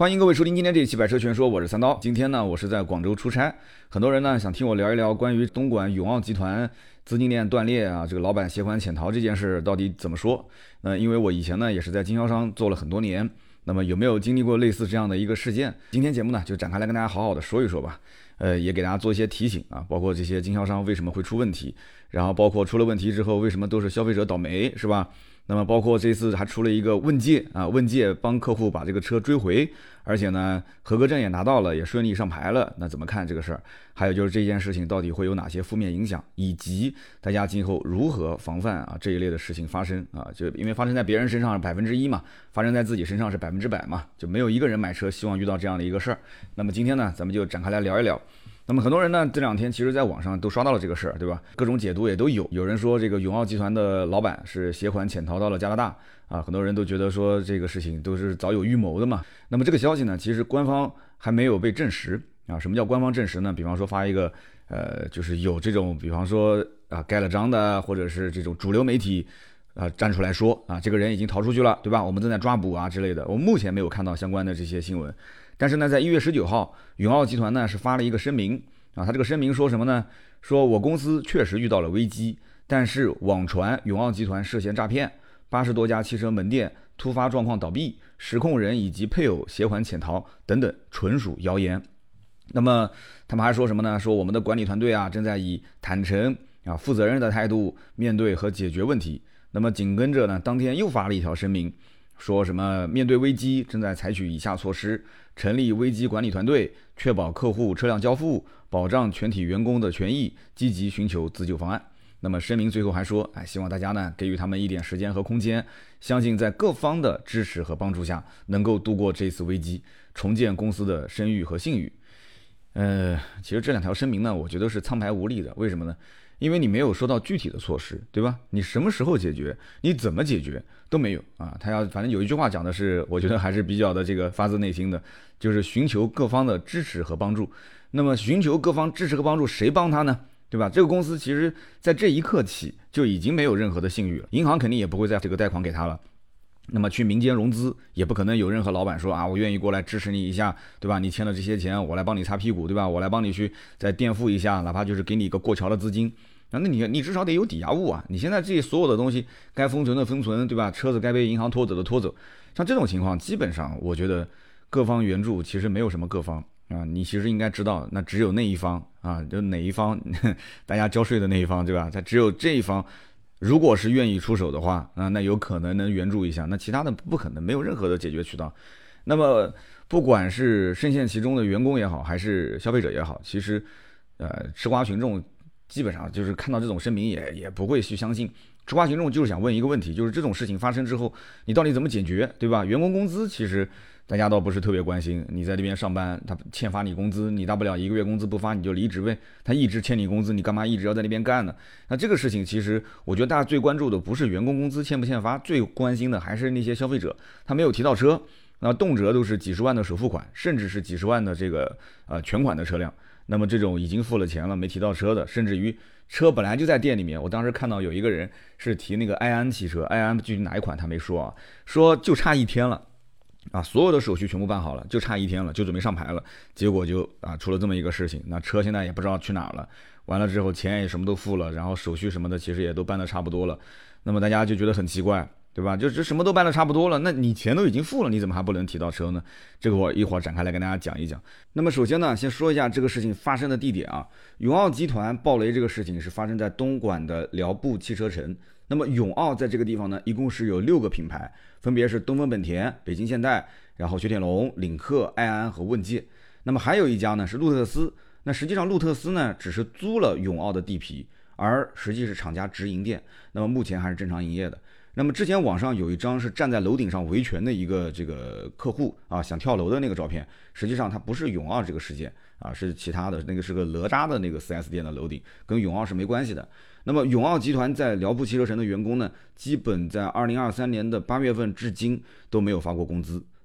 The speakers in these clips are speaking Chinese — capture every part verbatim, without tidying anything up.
欢迎各位收听今天这一期百车全说，我是三刀。今天呢，我是在广州出差，很多人呢想听我聊一聊关于东莞永奥集团资金链断裂啊，这个老板携款潜逃这件事到底怎么说？那因为我以前呢也是在经销商做了很多年，那么有没有经历过类似这样的一个事件？今天节目呢就展开来跟大家好好的说一说吧。呃，也给大家做一些提醒啊，包括这些经销商为什么会出问题，然后包括出了问题之后为什么都是消费者倒霉，是吧？那么包括这次还出了一个问界啊，问界帮客户把这个车追回，而且呢合格证也拿到了，也顺利上牌了，那怎么看这个事儿？还有就是这件事情到底会有哪些负面影响，以及大家今后如何防范啊这一类的事情发生啊？就因为发生在别人身上是百分之一嘛，发生在自己身上是百分之百嘛，就没有一个人买车希望遇到这样的一个事儿。那么今天呢，咱们就展开来聊一聊。那么很多人呢这两天其实在网上都刷到了这个事儿，对吧？各种解读也都有，有人说这个永奥集团的老板是携款潜逃到了加拿大啊，很多人都觉得说这个事情都是早有预谋的嘛。那么这个消息呢，其实官方还没有被证实啊。什么叫官方证实呢？比方说发一个呃，就是有这种，比方说啊盖了章的，或者是这种主流媒体啊站出来说啊，这个人已经逃出去了，对吧？我们正在抓捕啊之类的。我目前没有看到相关的这些新闻。但是呢，在一月十九号，永奥集团呢是发了一个声明啊，他这个声明说什么呢？说我公司确实遇到了危机，但是网传永奥集团涉嫌诈骗，八十多家汽车门店突发状况倒闭，实控人以及配偶携款潜逃等等，纯属谣言。那么他们还说什么呢？说我们的管理团队啊，正在以坦诚啊、负责任的态度面对和解决问题。那么紧跟着呢，当天又发了一条声明。说什么面对危机正在采取以下措施，成立危机管理团队，确保客户车辆交付，保障全体员工的权益，积极寻求自救方案。那么声明最后还说，哎，希望大家呢给予他们一点时间和空间，相信在各方的支持和帮助下，能够度过这次危机，重建公司的声誉和信誉。呃，其实这两条声明呢，我觉得是苍白无力的。为什么呢？因为你没有说到具体的措施，对吧？你什么时候解决，你怎么解决都没有啊。他要反正有一句话讲的是，我觉得还是比较的这个发自内心的，就是寻求各方的支持和帮助。那么寻求各方支持和帮助，谁帮他呢？对吧？这个公司其实在这一刻起就已经没有任何的信誉了，银行肯定也不会再这个贷款给他了。那么去民间融资也不可能有任何老板说啊，我愿意过来支持你一下，对吧？你欠了这些钱，我来帮你擦屁股，对吧？我来帮你去再垫付一下，哪怕就是给你一个过桥的资金。那你你至少得有抵押物啊！你现在这些所有的东西该封存的封存，对吧？车子该被银行拖走的拖走，像这种情况，基本上我觉得各方援助其实没有什么各方啊，你其实应该知道，那只有那一方啊，就哪一方，大家交税的那一方，对吧？他只有这一方，如果是愿意出手的话啊，那有可能能援助一下，那其他的不可能，没有任何的解决渠道。那么不管是深陷其中的员工也好，还是消费者也好，其实呃吃瓜群众。基本上就是看到这种声明也也不会去相信，吃瓜群众就是想问一个问题，就是这种事情发生之后，你到底怎么解决，对吧？员工工资其实大家倒不是特别关心，你在这边上班，他欠发你工资，你大不了一个月工资不发你就离职呗，他一直欠你工资，你干嘛一直要在那边干呢？那这个事情其实我觉得大家最关注的不是员工工资欠不欠发，最关心的还是那些消费者，他没有提到车，那动辄都是几十万的首付款，甚至是几十万的这个呃全款的车辆。那么这种已经付了钱了没提到车的，甚至于车本来就在店里面，我当时看到有一个人是提那个埃安汽车，埃安具体哪一款他没说啊，说就差一天了啊，所有的手续全部办好了，就差一天了，就准备上牌了，结果就啊出了这么一个事情，那车现在也不知道去哪儿了，完了之后钱也什么都付了，然后手续什么的其实也都办得差不多了，那么大家就觉得很奇怪。对吧？就这什么都办得差不多了，那你钱都已经付了，你怎么还不能提到车呢？这个我一会儿展开来跟大家讲一讲。那么首先呢，先说一下这个事情发生的地点啊。永奥集团爆雷这个事情是发生在东莞的辽埠汽车城。那么永奥在这个地方呢，一共是有六个品牌，分别是东风本田、北京现代、然后雪铁龙、领克、埃安和问界。那么还有一家呢是路特斯。那实际上路特斯呢只是租了永奥的地皮，而实际是厂家直营店。那么目前还是正常营业的。那么之前网上有一张是站在楼顶上维权的一个这个客户啊，想跳楼的那个照片，实际上它不是永奥这个事件啊，是其他的，那个是个哪吒的那个 四 S 店的楼顶，跟永奥是没关系的。那么永奥集团在辽埠汽车城的员工呢，基本在二零二三年的八月份至今都没有发过工资，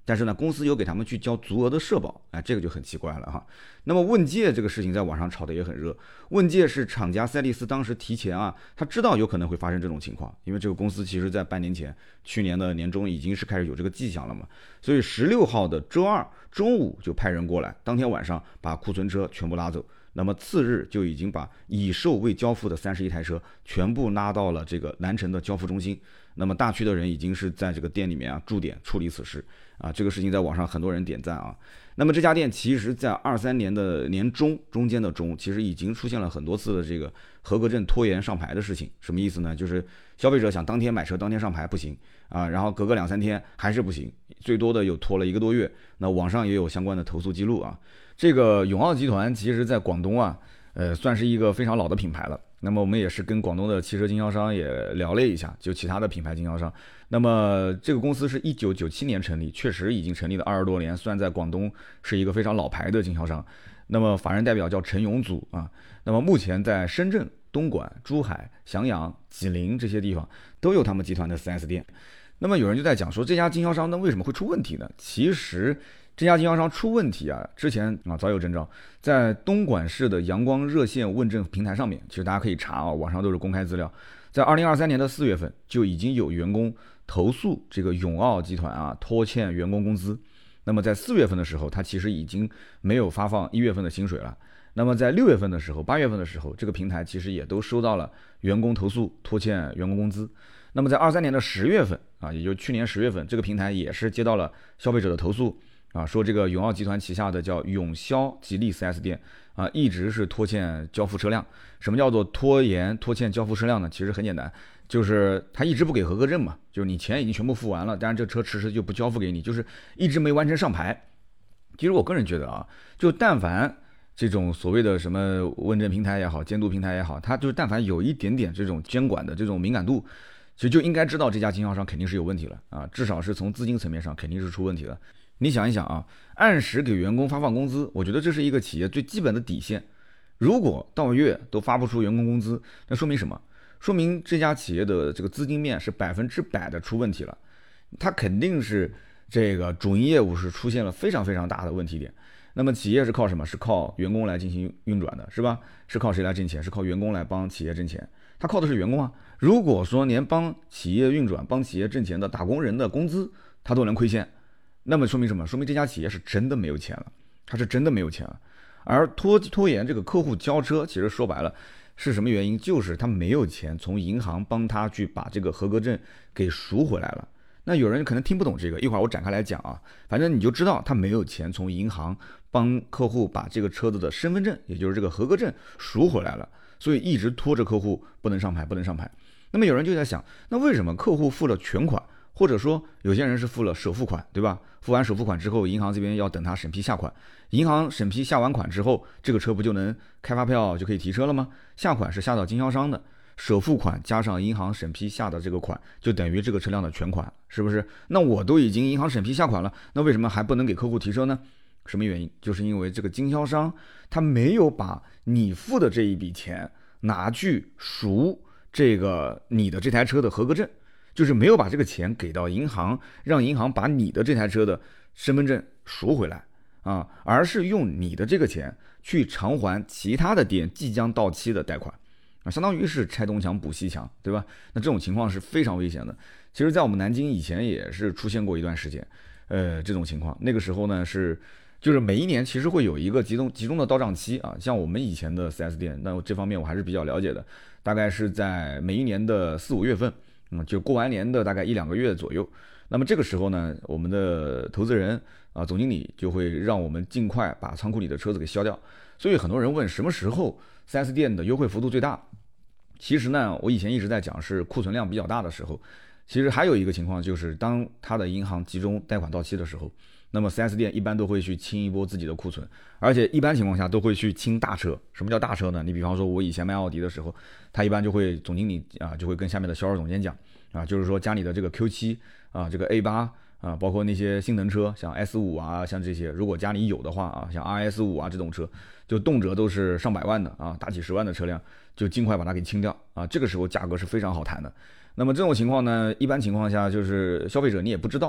但是呢，公司有给他们去交足额的社保，哎，这个就很奇怪了哈。那么问界这个事情在网上炒得也很热，问界是厂家赛力斯当时提前啊，他知道有可能会发生这种情况，因为这个公司其实在半年前，去年的年中已经是开始有这个迹象了嘛，所以十六号的周二中午就派人过来，当天晚上把库存车全部拉走。那么次日就已经把已售未交付的三十一台车全部拉到了这个南城的交付中心。那么大区的人已经是在这个店里面啊驻点处理此事啊，这个事情在网上很多人点赞啊。那么这家店其实在二三年的年中中间的中，其实已经出现了很多次的这个合格证拖延上牌的事情。什么意思呢？就是消费者想当天买车当天上牌不行啊，然后隔个两三天还是不行，最多的有拖了一个多月。那网上也有相关的投诉记录啊。这个永奥集团其实在广东啊，呃，算是一个非常老的品牌了。那么我们也是跟广东的汽车经销商也聊了一下，就其他的品牌经销商。那么这个公司是一九九七年成立，确实已经成立了二十多年，算在广东是一个非常老牌的经销商。那么法人代表叫陈永祖啊。那么目前在深圳、东莞、珠海、翔阳、吉林这些地方都有他们集团的 四 S 店。那么有人就在讲说，这家经销商那为什么会出问题呢？其实这家经销商出问题啊，之前啊早有征兆，在东莞市的阳光热线问政平台上面，其实大家可以查啊，网上都是公开资料。在二零二三年的四月份，就已经有员工投诉这个永奥集团啊拖欠员工工资。那么在四月份的时候，他其实已经没有发放一月份的薪水了。那么在六月份的时候、八月份的时候，这个平台其实也都收到了员工投诉拖欠员工工资。那么在二三年的十月份啊，也就是去年十月份，这个平台也是接到了消费者的投诉。啊，说这个永奥集团旗下的叫永销吉利 四 S 店啊，一直是拖欠交付车辆。什么叫做拖延拖欠交付车辆呢？其实很简单，就是他一直不给合格证嘛，就是你钱已经全部付完了，但是这车迟迟就不交付给你，就是一直没完成上牌。其实我个人觉得啊，就但凡这种所谓的什么问证平台也好，监督平台也好，它就是但凡有一点点这种监管的这种敏感度，其实就应该知道这家经销商肯定是有问题了啊，至少是从资金层面上肯定是出问题了。你想一想啊，按时给员工发放工资，我觉得这是一个企业最基本的底线。如果到月都发不出员工工资，那说明什么？说明这家企业的这个资金面是百分之百的出问题了。它肯定是这个主营业务是出现了非常非常大的问题点。那么企业是靠什么？是靠员工来进行运转的，是吧？是靠谁来挣钱？是靠员工来帮企业挣钱。他靠的是员工啊。如果说连帮企业运转、帮企业挣钱的打工人的工资，他都能亏欠。那么说明什么？说明这家企业是真的没有钱了，他是真的没有钱了。而拖拖延这个客户交车，其实说白了是什么原因？就是他没有钱从银行帮他去把这个合格证给赎回来了。那有人可能听不懂这个，一会儿我展开来讲啊。反正你就知道他没有钱从银行帮客户把这个车子的身份证，也就是这个合格证赎回来了，所以一直拖着客户不能上牌，不能上牌。那么有人就在想，那为什么客户付了全款？或者说有些人是付了首付款，对吧？付完首付款之后，银行这边要等他审批下款，银行审批下完款之后，这个车不就能开发票就可以提车了吗？下款是下到经销商的，首付款加上银行审批下的这个款，就等于这个车辆的全款，是不是？那我都已经银行审批下款了，那为什么还不能给客户提车呢？什么原因？就是因为这个经销商他没有把你付的这一笔钱拿去赎这个你的这台车的合格证。就是没有把这个钱给到银行，让银行把你的这台车的身份证赎回来啊，而是用你的这个钱去偿还其他的店即将到期的贷款啊，相当于是拆东墙补西墙，对吧？那这种情况是非常危险的。其实，在我们南京以前也是出现过一段时间，呃，这种情况。那个时候呢是，就是每一年其实会有一个集中集中的到账期啊，像我们以前的 四 S 店，那这方面我还是比较了解的，大概是在每一年的四五月份。嗯，就过完年的大概一两个月左右，那么这个时候呢，我们的投资人啊，总经理就会让我们尽快把仓库里的车子给销掉。所以很多人问什么时候 四 S 店的优惠幅度最大？其实呢，我以前一直在讲是库存量比较大的时候。其实还有一个情况就是当他的银行集中贷款到期的时候，那么 四 S 店一般都会去清一波自己的库存，而且一般情况下都会去清大车。什么叫大车呢？你比方说我以前卖奥迪的时候，他一般就会总经理啊就会跟下面的销售总监讲啊，就是说家里的这个 Q 七 啊，这个 A 八 啊，包括那些性能车，像 S 五 啊，像这些，如果家里有的话啊，像 R S 五 啊这种车，就动辄都是上百万的啊，大几十万的车辆，就尽快把它给清掉啊。这个时候价格是非常好谈的。那么这种情况呢，一般情况下就是消费者你也不知道。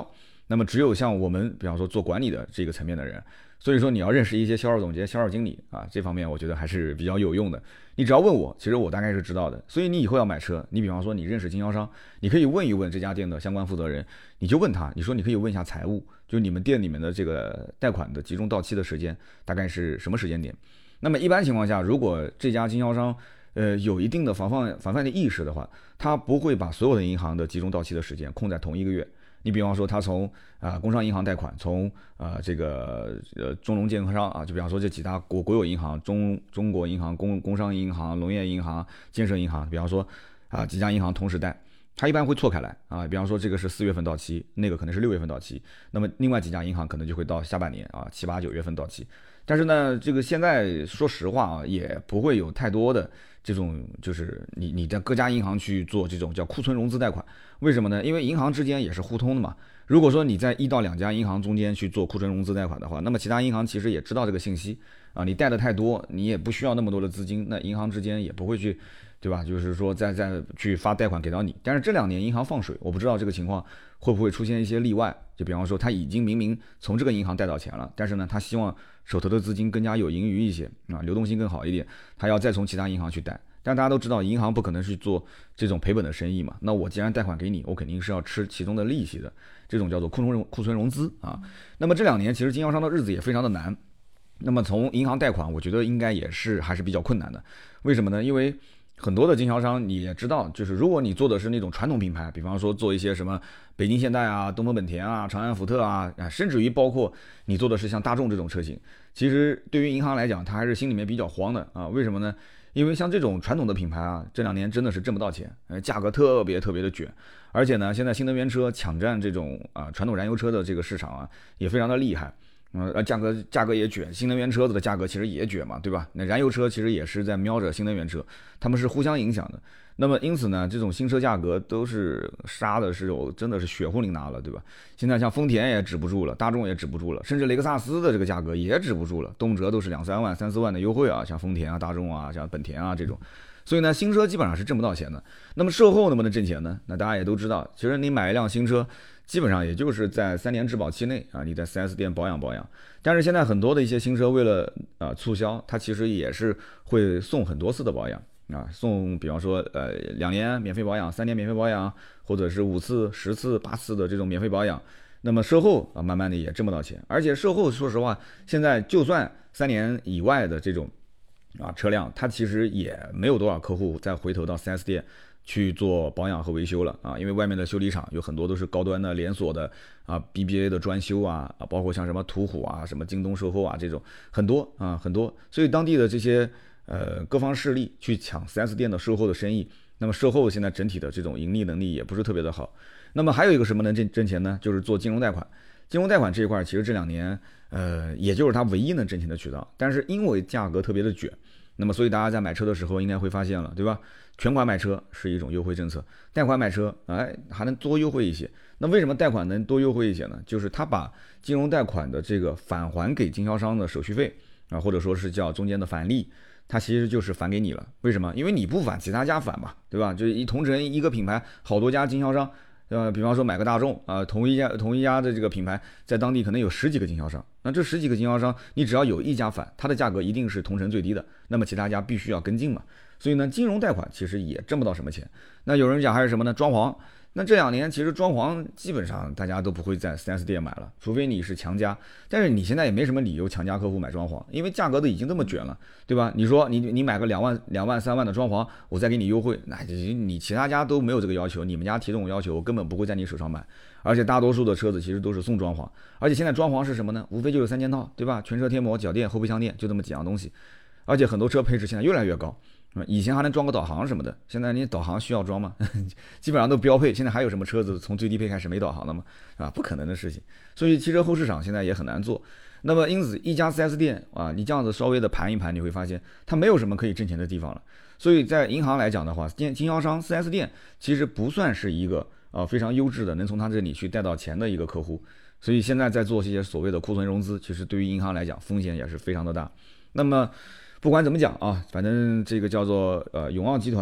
那么只有像我们比方说做管理的这个层面的人，所以说你要认识一些销售总监、销售经理啊，这方面我觉得还是比较有用的。你只要问我，其实我大概是知道的。所以你以后要买车，你比方说你认识经销商，你可以问一问这家店的相关负责人，你就问他，你说你可以问一下财务，就你们店里面的这个贷款的集中到期的时间大概是什么时间点。那么一般情况下，如果这家经销商呃有一定的防范防范的意识的话，他不会把所有的银行的集中到期的时间控在同一个月。你比方说他从啊、呃、工商银行贷款，从啊、呃、这个呃中农建科商啊，就比方说这几大国国有银行，中中国银行、工工商银行、农业银行、建设银行，比方说啊几家银行同时贷，它一般会错开来啊，比方说这个是四月份到期，那个可能是六月份到期，那么另外几家银行可能就会到下半年啊七八九月份到期。但是呢，这个现在说实话啊，也不会有太多的这种，就是你你在各家银行去做这种叫库存融资贷款，为什么呢？因为银行之间也是互通的嘛。如果说你在一到两家银行中间去做库存融资贷款的话，那么其他银行其实也知道这个信息啊，你贷的太多，你也不需要那么多的资金，那银行之间也不会去，对吧？就是说再再去发贷款给到你。但是这两年银行放水，我不知道这个情况会不会出现一些例外，就比方说他已经明明从这个银行贷到钱了，但是呢，他希望手头的资金更加有盈余一些啊，流动性更好一点，他要再从其他银行去贷。但大家都知道，银行不可能去做这种赔本的生意嘛。那我既然贷款给你，我肯定是要吃其中的利息的，这种叫做库存库存融资啊。那么这两年其实经销商的日子也非常的难。那么从银行贷款，我觉得应该也是还是比较困难的。为什么呢？因为很多的经销商你也知道，就是如果你做的是那种传统品牌，比方说做一些什么北京现代啊、东风本田啊、长安福特啊，甚至于包括你做的是像大众这种车型，其实对于银行来讲，它还是心里面比较慌的啊。为什么呢？因为像这种传统的品牌啊，这两年真的是挣不到钱，呃，价格特别特别的卷，而且呢，现在新能源车抢占这种啊传统燃油车的这个市场啊，也非常的厉害。呃，价格价格也卷，新能源车子的价格其实也卷嘛，对吧？那燃油车其实也是在瞄着新能源车，他们是互相影响的。那么因此呢，这种新车价格都是杀的是有真的是血乎淋拿了，对吧？现在像丰田也止不住了，大众也止不住了，甚至雷克萨斯的这个价格也止不住了，动辄都是两三万、三四万的优惠啊，像丰田啊、大众啊、像本田啊这种。所以呢，新车基本上是挣不到钱的。那么售后能不能挣钱呢？那大家也都知道，其实你买一辆新车，基本上也就是在三年质保期内啊，你在 四 S 店保养保养。但是现在很多的一些新车为了呃促销，它其实也是会送很多次的保养啊，送比方说呃两年免费保养、三年免费保养，或者是五次、十次、八次的这种免费保养。那么售后啊，慢慢的也挣不到钱，而且售后说实话，现在就算三年以外的这种啊车辆，它其实也没有多少客户再回头到 四 S 店去做保养和维修了啊，因为外面的修理厂有很多都是高端的连锁的啊 B B A 的专修啊，啊包括像什么途虎啊、什么京东售后啊这种很多啊很多，所以当地的这些呃各方势力去抢 四 S 店的售后的生意，那么售后现在整体的这种盈利能力也不是特别的好。那么还有一个什么能挣挣钱呢？就是做金融贷款。金融贷款这一块其实这两年呃也就是它唯一能挣钱的渠道，但是因为价格特别的卷，那么所以大家在买车的时候应该会发现了，对吧？全款买车是一种优惠政策，贷款买车哎还能多优惠一些。那为什么贷款能多优惠一些呢？就是他把金融贷款的这个返还给经销商的手续费啊，或者说是叫中间的返利，它其实就是返给你了。为什么？因为你不返，其他家返嘛，对吧？就是一同城一个品牌，好多家经销商，呃，比方说买个大众啊、呃，同一家同一家的这个品牌，在当地可能有十几个经销商，那这十几个经销商，你只要有一家返，它的价格一定是同城最低的，那么其他家必须要跟进嘛。所以呢，金融贷款其实也挣不到什么钱。那有人讲还是什么呢？装潢。那这两年其实装潢基本上大家都不会在 四 S 店买了，除非你是强加。但是你现在也没什么理由强加客户买装潢，因为价格都已经这么卷了，对吧？你说你你买个两万两万三万的装潢，我再给你优惠，那你其他家都没有这个要求，你们家提这种要求，我根本不会在你手上买。而且大多数的车子其实都是送装潢，而且现在装潢是什么呢？无非就是三件套，对吧？全车贴膜、脚垫、后备箱垫，就这么几样东西。而且很多车配置现在越来越高。以前还能装个导航什么的，现在你导航需要装吗？基本上都标配。现在还有什么车子从最低配开始没导航的吗？啊，不可能的事情。所以汽车后市场现在也很难做。那么因此一家 四 S 店啊，你这样子稍微的盘一盘，你会发现它没有什么可以挣钱的地方了。所以在银行来讲的话，经经销商 四 S 店其实不算是一个啊非常优质的能从他这里去贷到钱的一个客户。所以现在在做这些所谓的库存融资，其实对于银行来讲风险也是非常的大。那么不管怎么讲啊，反正这个叫做呃永旺集团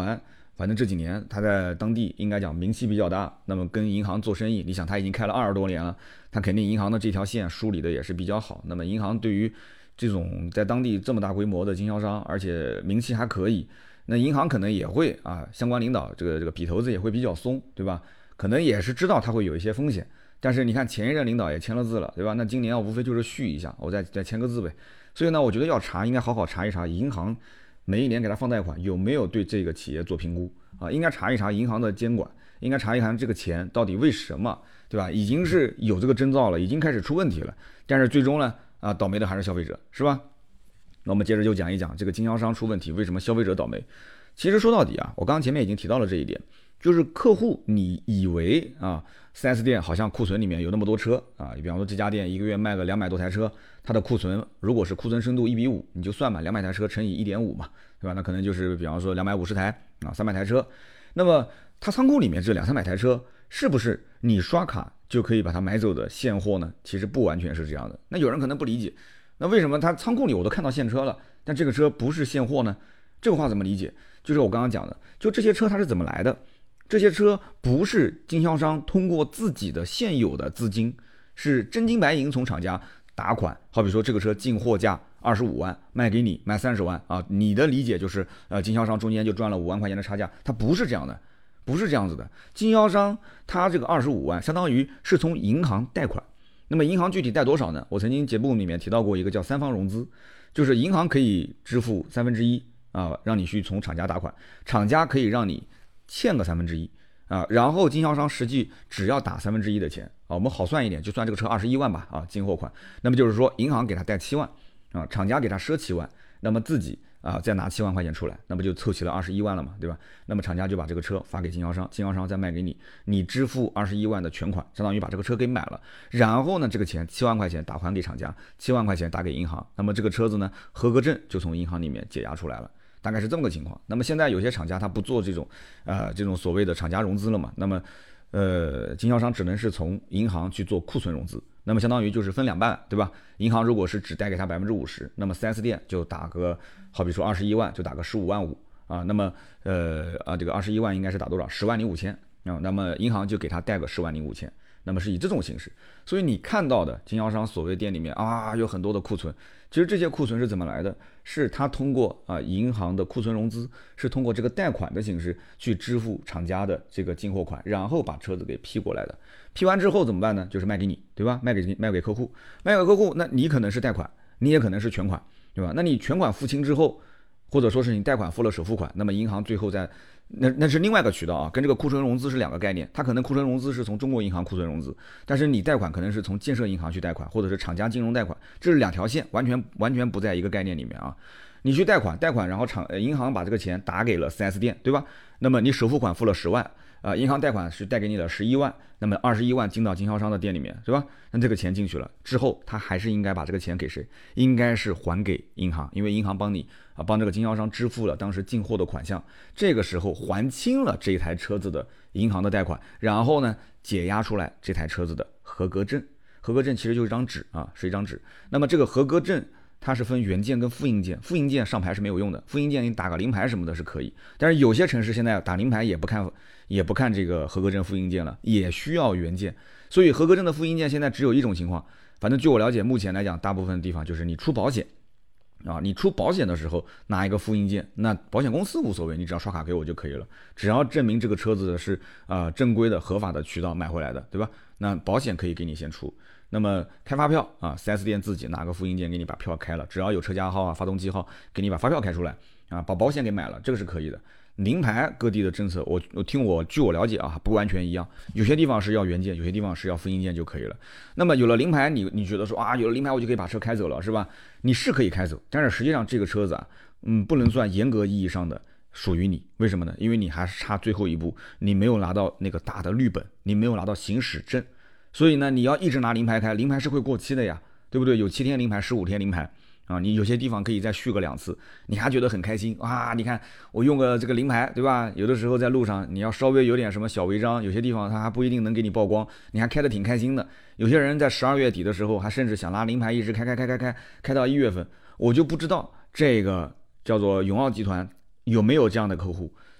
反正这几年他在当地应该讲名气比较大，那么跟银行做生意，你想他已经开了二十多年了，他肯定银行的这条线梳理的也是比较好。那么银行对于这种在当地这么大规模的经销商，而且名气还可以，那银行可能也会啊，相关领导这个这个笔头子也会比较松，对吧？可能也是知道他会有一些风险，但是你看前一任领导也签了字了，对吧？那今年无非就是续一下，我再再签个字呗。所以呢，我觉得要查，应该好好查一查银行每一年给他放贷款有没有对这个企业做评估啊？应该查一查银行的监管，应该查一查这个钱到底为什么，对吧？已经是有这个征兆了，已经开始出问题了，但是最终呢，啊，倒霉的还是消费者，是吧？那我们接着就讲一讲这个经销商出问题，为什么消费者倒霉？其实说到底啊，我刚刚前面已经提到了这一点，就是客户你以为啊 四 S 店好像库存里面有那么多车啊，你比方说这家店一个月卖个两百多台车，它的库存如果是库存深度一比五，你就算吧，两百台车乘以一点五嘛，对吧？那可能就是比方说两百五十台啊，三百台车，那么它仓库里面这两三百台车是不是你刷卡就可以把它买走的现货呢？其实不完全是这样的。那有人可能不理解，那为什么他仓库里我都看到现车了，但这个车不是现货呢？这个话怎么理解？就是我刚刚讲的，就这些车它是怎么来的？这些车不是经销商通过自己的现有的资金，是真金白银从厂家打款。好比说这个车进货价二十五万，卖给你卖三十万啊，你的理解就是呃经销商中间就赚了五万块钱的差价，它不是这样的，不是这样子的。经销商他这个二十五万相当于是从银行贷款，那么银行具体贷多少呢？我曾经节目里面提到过一个叫三方融资，就是银行可以支付三分之一啊，让你去从厂家打款，厂家可以让你欠个三分之一啊，然后经销商实际只要打三分之一的钱啊，我们好算一点，就算这个车二十一万吧啊，进货款，那么就是说银行给他贷七万啊，厂家给他赊七万，那么自己啊再拿七万块钱出来，那么就凑齐了二十一万了嘛，对吧？那么厂家就把这个车发给经销商，经销商再卖给你，你支付二十一万的全款，相当于把这个车给买了，然后呢这个钱七万块钱打还给厂家，七万块钱打给银行，那么这个车子呢合格证就从银行里面解押出来了。大概是这么个情况。那么现在有些厂家他不做这种，呃，这种所谓的厂家融资了嘛？那么，呃，经销商只能是从银行去做库存融资。那么相当于就是分两半，对吧？银行如果是只贷给他百分之五十，那么 四 S 店就打个，好比说二十一万就打个十五万五啊。那么，呃啊，这个二十一万应该是打多少？十万零五千啊。那么银行就给他贷个十万零五千。那么是以这种形式，所以你看到的经销商所谓店里面啊有很多的库存，其实这些库存是怎么来的？是他通过啊银行的库存融资，是通过这个贷款的形式去支付厂家的这个进货款，然后把车子给批过来的。批完之后怎么办呢？就是卖给你，对吧？卖给卖给客户，卖给客户，那你可能是贷款，你也可能是全款，对吧？那你全款付清之后，或者说是你贷款付了首付款，那么银行最后在那那是另外一个渠道啊，跟这个库存融资是两个概念。它可能库存融资是从中国银行库存融资，但是你贷款可能是从建设银行去贷款，或者是厂家金融贷款，这是两条线，完全完全不在一个概念里面啊。你去贷款，贷款然后厂银行把这个钱打给了 四 S 店，对吧？那么你首付款付了十万。啊、呃，银行贷款是贷给你了十一万，那么二十一万进到经销商的店里面，对吧？那这个钱进去了之后，他还是应该把这个钱给谁？应该是还给银行，因为银行帮你啊，帮这个经销商支付了当时进货的款项，这个时候还清了这台车子的银行的贷款，然后呢，解押出来这台车子的合格证。合格证其实就是一张纸啊，是一张纸。那么这个合格证，它是分原件跟复印件，复印件上牌是没有用的，复印件你打个临牌什么的是可以，但是有些城市现在打临牌也不看，也不看这个合格证复印件了，也需要原件，所以合格证的复印件现在只有一种情况，反正据我了解，目前来讲，大部分地方就是你出保险啊，你出保险的时候拿一个复印件，那保险公司无所谓，你只要刷卡给我就可以了，只要证明这个车子是啊、呃、正规的合法的渠道买回来的，对吧？那保险可以给你先出。那么开发票啊 ，四 S 店自己拿个复印件给你把票开了，只要有车架号啊、发动机号，给你把发票开出来啊，把保险给买了，这个是可以的。临牌各地的政策，我我听我据我了解啊，不完全一样，有些地方是要原件，有些地方是要复印件就可以了。那么有了临牌，你你觉得说啊，有了临牌我就可以把车开走了，是吧？你是可以开走，但是实际上这个车子啊，嗯，不能算严格意义上的属于你，为什么呢？因为你还是差最后一步，你没有拿到那个大的绿本，你没有拿到行驶证。所以呢，你要一直拿临牌开，临牌是会过期的呀，对不对？有七天临牌，十五天临牌啊，你有些地方可以再续个两次，你还觉得很开心啊？你看我用个这个临牌，对吧？有的时候在路上你要稍微有点什么小违章，有些地方它还不一定能给你曝光，你还开得挺开心的。有些人在十二月底的时候，还甚至想拿临牌一直开开开开开开到一月份，我就不知道这个叫做永奥集团有没有这样的客户。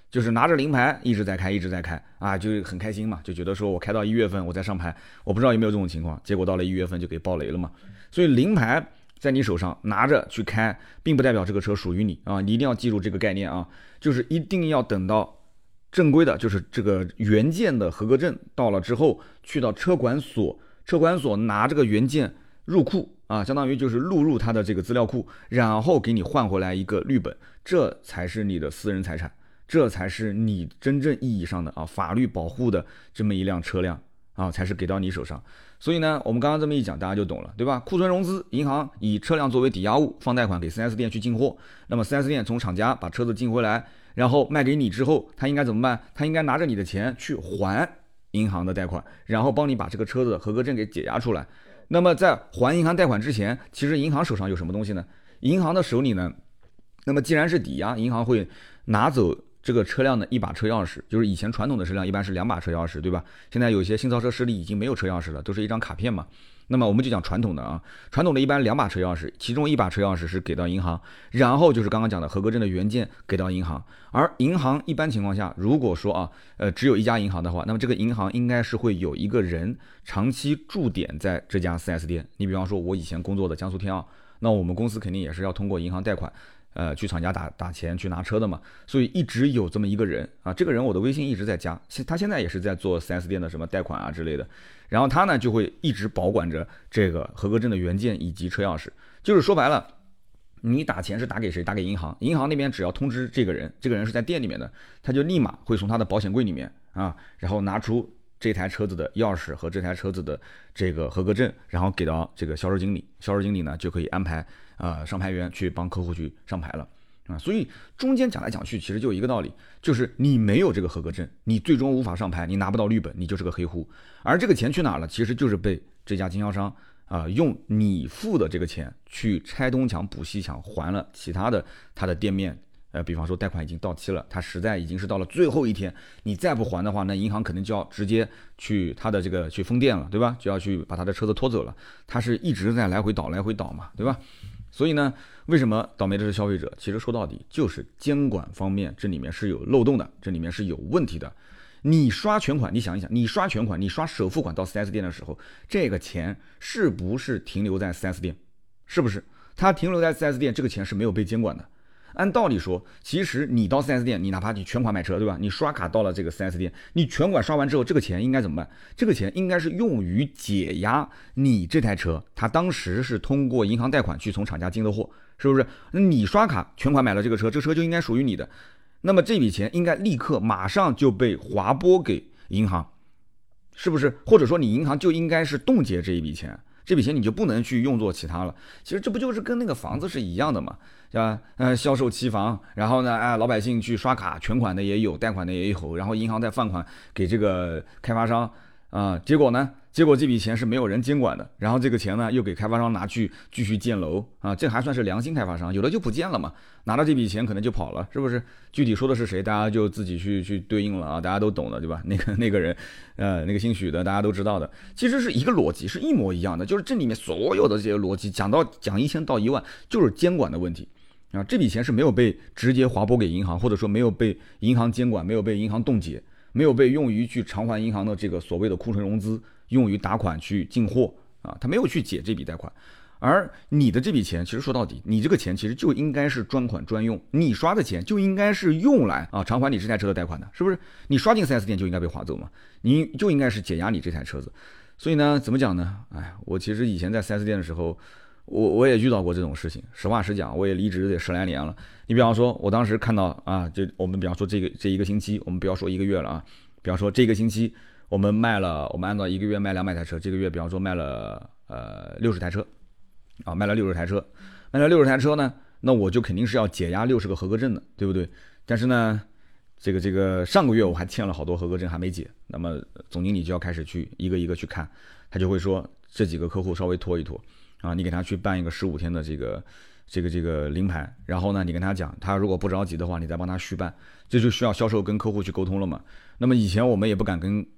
就是拿着临牌一直在开，一直在开啊，就很开心嘛，就觉得说我开到一月份我再上牌，我不知道有没有这种情况，结果到了一月份就给爆雷了嘛。所以临牌在你手上拿着去开，并不代表这个车属于你啊，你一定要记住这个概念啊，就是一定要等到正规的，就是这个原件的合格证到了之后，去到车管所，车管所拿这个原件入库啊，相当于就是录入它的这个资料库，然后给你换回来一个绿本，这才是你的私人财产。这才是你真正意义上的啊法律保护的这么一辆车辆啊，才是给到你手上。所以呢，我们刚刚这么一讲，大家就懂了，对吧？库存融资，银行以车辆作为抵押物放贷款给 四 S 店去进货，那么 四 S 店从厂家把车子进回来，然后卖给你之后，他应该怎么办？他应该拿着你的钱去还银行的贷款，然后帮你把这个车子的合格证给解押出来。那么在还银行贷款之前，其实银行手上有什么东西呢？银行的手里呢，那么既然是抵押，银行会拿走这个车辆的一把车钥匙，就是以前传统的车辆一般是两把车钥匙，对吧？现在有些新造车势力已经没有车钥匙了，都是一张卡片嘛。那么我们就讲传统的啊，传统的一般两把车钥匙，其中一把车钥匙是给到银行，然后就是刚刚讲的合格证的原件给到银行。而银行一般情况下，如果说啊，呃，只有一家银行的话，那么这个银行应该是会有一个人长期驻点在这家 四 S 店。你比方说，我以前工作的江苏天奥，那我们公司肯定也是要通过银行贷款。呃，去厂家打打钱去拿车的嘛，所以一直有这么一个人啊，这个人我的微信一直在加，他现在也是在做 四 S 店的什么贷款啊之类的，然后他呢就会一直保管着这个合格证的原件以及车钥匙，就是说白了，你打钱是打给谁？打给银行，银行那边只要通知这个人，这个人是在店里面的，他就立马会从他的保险柜里面啊，然后拿出这台车子的钥匙和这台车子的这个合格证，然后给到这个销售经理，销售经理呢就可以安排呃上牌员去帮客户去上牌了啊。所以中间讲来讲去，其实就一个道理，就是你没有这个合格证，你最终无法上牌，你拿不到绿本，你就是个黑户。而这个钱去哪了？其实就是被这家经销商啊、呃、用你付的这个钱去拆东墙补西墙，还了其他的他的店面。呃，比方说贷款已经到期了，他实在已经是到了最后一天，你再不还的话，那银行肯定就要直接去他的这个去封店了，对吧？就要去把他的车子拖走了。他是一直在来回倒来回倒嘛，对吧？所以呢，为什么倒霉的是消费者？其实说到底就是监管方面这里面是有漏洞的，这里面是有问题的。你刷全款，你想一想，你刷全款，你刷首付款到 四 S 店的时候，这个钱是不是停留在 四 S 店？是不是？它停留在 四 S 店，这个钱是没有被监管的。按道理说，其实你到 四 S 店，你哪怕你全款买车，对吧？你刷卡到了这个 四 S 店，你全款刷完之后，这个钱应该怎么办？这个钱应该是用于解压你这台车，它当时是通过银行贷款去从厂家进的货，是不是？那你刷卡全款买了这个车，这车就应该属于你的。那么这笔钱应该立刻马上就被划拨给银行，是不是？或者说你银行就应该是冻结这一笔钱。这笔钱你就不能去用作其他了。其实这不就是跟那个房子是一样的嘛，是吧？呃，销售期房，然后呢，哎，老百姓去刷卡，全款的也有，贷款的也有，然后银行再放款给这个开发商啊、呃，结果呢，结果这笔钱是没有人监管的，然后这个钱呢又给开发商拿去继续建楼啊，这还算是良心开发商，有的就不建了嘛，拿到这笔钱可能就跑了，是不是？具体说的是谁，大家就自己去去对应了啊，大家都懂的，对吧？那个那个人，呃，那个姓许的，大家都知道的，其实是一个逻辑，是一模一样的，就是这里面所有的这些逻辑讲到讲一千道一万，就是监管的问题啊，这笔钱是没有被直接划拨给银行，或者说没有被银行监管，没有被银行冻结，没有被用于去偿还银行的这个所谓的库存融资，用于打款去进货啊，他没有去解这笔贷款。而你的这笔钱，其实说到底，你这个钱其实就应该是专款专用，你刷的钱就应该是用来啊偿还你这台车的贷款的，是不是？你刷进 四 S 店就应该被划走嘛，你就应该是解压你这台车子。所以呢，怎么讲呢？哎，我其实以前在 四 S 店的时候，我我也遇到过这种事情。实话实讲，我也离职得十来年了。你比方说，我当时看到啊，就我们比方说这个这一个星期，我们不要说一个月了啊，比方说这个星期我们卖了，我们按照一个月卖两百台车，这个月比方说卖了呃六十台车。啊，卖了六十台车，卖了六十台车呢，那我就肯定是要解压六十个合格证的，对不对？但是呢，这个这个上个月我还欠了好多合格证还没解，那么总经理就要开始去一个一个去看，他就会说这几个客户稍微拖一拖啊，你给他去办一个十五天的这个这个这个临牌，然后呢，你跟他讲，他如果不着急的话，你再帮他续办，这就需要销售跟客户去沟通了嘛。那么以前我们也不敢跟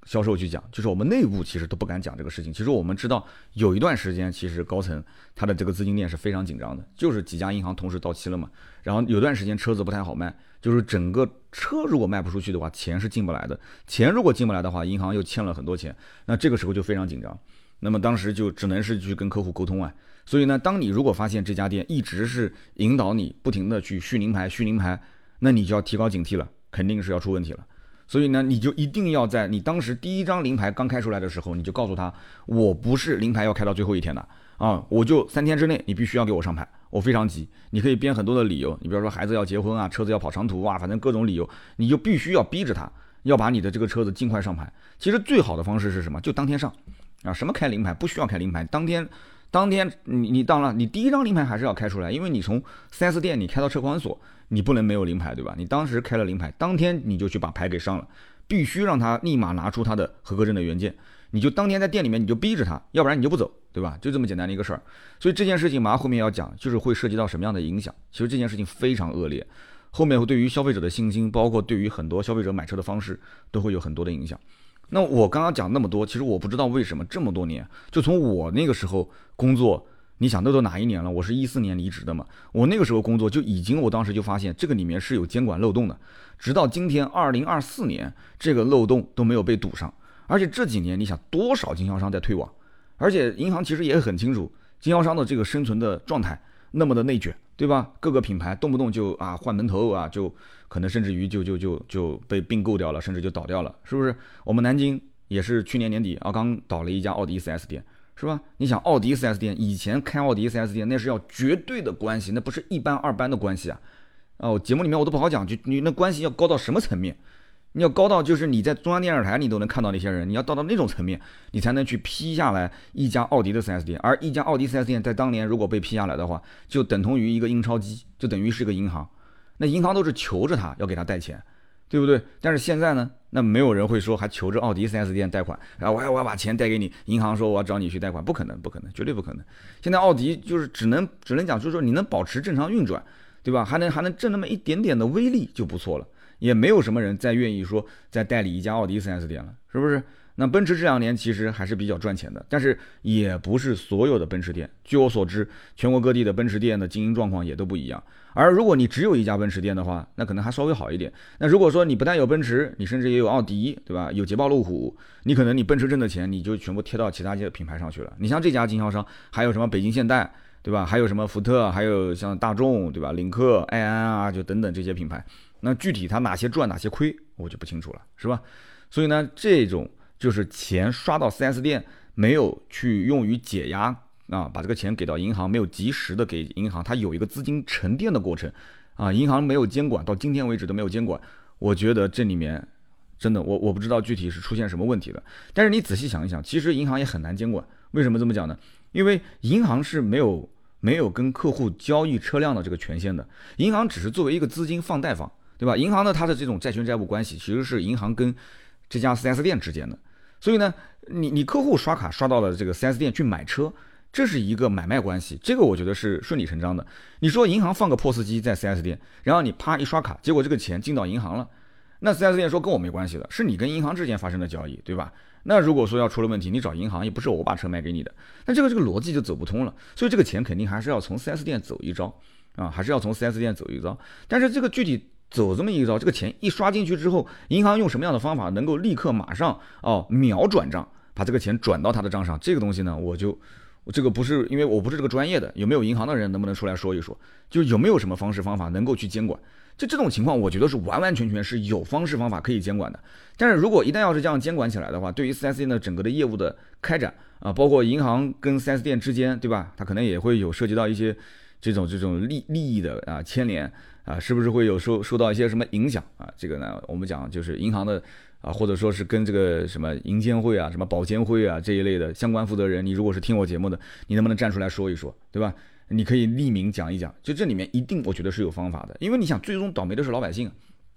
销售去讲，就是我们内部其实都不敢讲这个事情。其实我们知道有一段时间，其实高层他的这个资金链是非常紧张的，就是几家银行同时到期了嘛，然后有段时间车子不太好卖，就是整个车如果卖不出去的话，钱是进不来的，钱如果进不来的话，银行又欠了很多钱，那这个时候就非常紧张。那么当时就只能是去跟客户沟通啊。所以呢，当你如果发现这家店一直是引导你不停的去续零牌续零牌，那你就要提高警惕了，肯定是要出问题了。所以呢，你就一定要在你当时第一张零牌刚开出来的时候，你就告诉他，我不是零牌要开到最后一天的啊，我就三天之内你必须要给我上牌，我非常急。你可以编很多的理由，你比如说孩子要结婚啊，车子要跑长途啊，反正各种理由，你就必须要逼着他要把你的这个车子尽快上牌。其实最好的方式是什么？就当天上啊，什么开零牌不需要开零牌，当天当天你你当然你第一张零牌还是要开出来，因为你从 四 S 店你开到车管所，你不能没有零牌，对吧？你当时开了零牌，当天你就去把牌给上了，必须让他立马拿出他的合格证的原件，你就当天在店里面你就逼着他，要不然你就不走，对吧？就这么简单的一个事儿。所以这件事情马上后面要讲，就是会涉及到什么样的影响。其实这件事情非常恶劣，后面会对于消费者的信心，包括对于很多消费者买车的方式，都会有很多的影响。那我刚刚讲那么多，其实我不知道为什么这么多年，就从我那个时候工作，你想那都哪一年了？我是一四年离职的嘛，我那个时候工作就已经，我当时就发现这个里面是有监管漏洞的，直到今天二零二四年，这个漏洞都没有被堵上。而且这几年你想多少经销商在退网，而且银行其实也很清楚经销商的这个生存的状态那么的内卷，对吧？各个品牌动不动就啊换门头啊，就可能甚至于就就就就被并购掉了，甚至就倒掉了，是不是？我们南京也是去年年底啊刚倒了一家奥迪 四 S 店，是吧？你想奥迪 四 S 店以前开奥迪 四 S 店那是要绝对的关系，那不是一般二般的关系啊！哦，节目里面我都不好讲，就你那关系要高到什么层面？你要高到就是你在中央电视台你都能看到那些人，你要到到那种层面，你才能去批下来一家奥迪的 四 S 店。而一家奥迪 四 S 店在当年如果被批下来的话，就等同于一个印钞机，就等于是个银行。那银行都是求着他要给他贷钱，对不对？但是现在呢，那没有人会说还求着奥迪 四 S 店贷款，然后我要我要把钱贷给你，银行说我要找你去贷款，不可能，不可能，绝对不可能。现在奥迪就是只能只能讲，就是说你能保持正常运转，对吧？还能还能挣那么一点点的微利就不错了。也没有什么人再愿意说再代理一家奥迪 四 S 店了，是不是？那奔驰这两年其实还是比较赚钱的，但是也不是所有的奔驰店。据我所知，全国各地的奔驰店的经营状况也都不一样。而如果你只有一家奔驰店的话，那可能还稍微好一点。那如果说你不但有奔驰，你甚至也有奥迪，对吧？有捷豹路虎，你可能你奔驰挣的钱你就全部贴到其他些品牌上去了。你像这家经销商，还有什么北京现代，对吧？还有什么福特，还有像大众，对吧？领克、埃安啊，就等等这些品牌。那具体它哪些赚哪些亏，我就不清楚了，是吧？所以呢，这种就是钱刷到 四 S 店，没有去用于解压啊，把这个钱给到银行，没有及时的给银行，它有一个资金沉淀的过程啊，银行没有监管，到今天为止都没有监管。我觉得这里面真的，我我不知道具体是出现什么问题的。但是你仔细想一想，其实银行也很难监管。为什么这么讲呢？因为银行是没有没有跟客户交易车辆的这个权限的，银行只是作为一个资金放贷方。对吧？银行呢，它的这种债权债务关系其实是银行跟这家 四 S 店之间的，所以呢，你你客户刷卡刷到了这个 四 S 店去买车，这是一个买卖关系，这个我觉得是顺理成章的。你说银行放个 P O S 机在 四 S 店，然后你啪一刷卡，结果这个钱进到银行了，那 四 S 店说跟我没关系的，是你跟银行之间发生的交易，对吧？那如果说要出了问题，你找银行也不是我把车卖给你的，那这个这个逻辑就走不通了。所以这个钱肯定还是要从 四 S 店走一招啊，还是要从 四 S 店走一招。但是这个具体走这么一招，这个钱一刷进去之后，银行用什么样的方法能够立刻马上哦秒转账，把这个钱转到他的账上？这个东西呢，我就这个不是因为我不是这个专业的，有没有银行的人能不能出来说一说？就有没有什么方式方法能够去监管？就这种情况，我觉得是完完全全是有方式方法可以监管的。但是如果一旦要是这样监管起来的话，对于 四 S 店的整个的业务的开展啊，包括银行跟 四 S 店之间，对吧？它可能也会有涉及到一些这种这种利利益的啊牵连。啊，是不是会有受受到一些什么影响啊？这个呢，我们讲就是银行的啊，或者说是跟这个什么银监会啊、什么保监会啊这一类的相关负责人，你如果是听我节目的，你能不能站出来说一说，对吧？你可以匿名讲一讲，就这里面一定我觉得是有方法的，因为你想最终倒霉的是老百姓，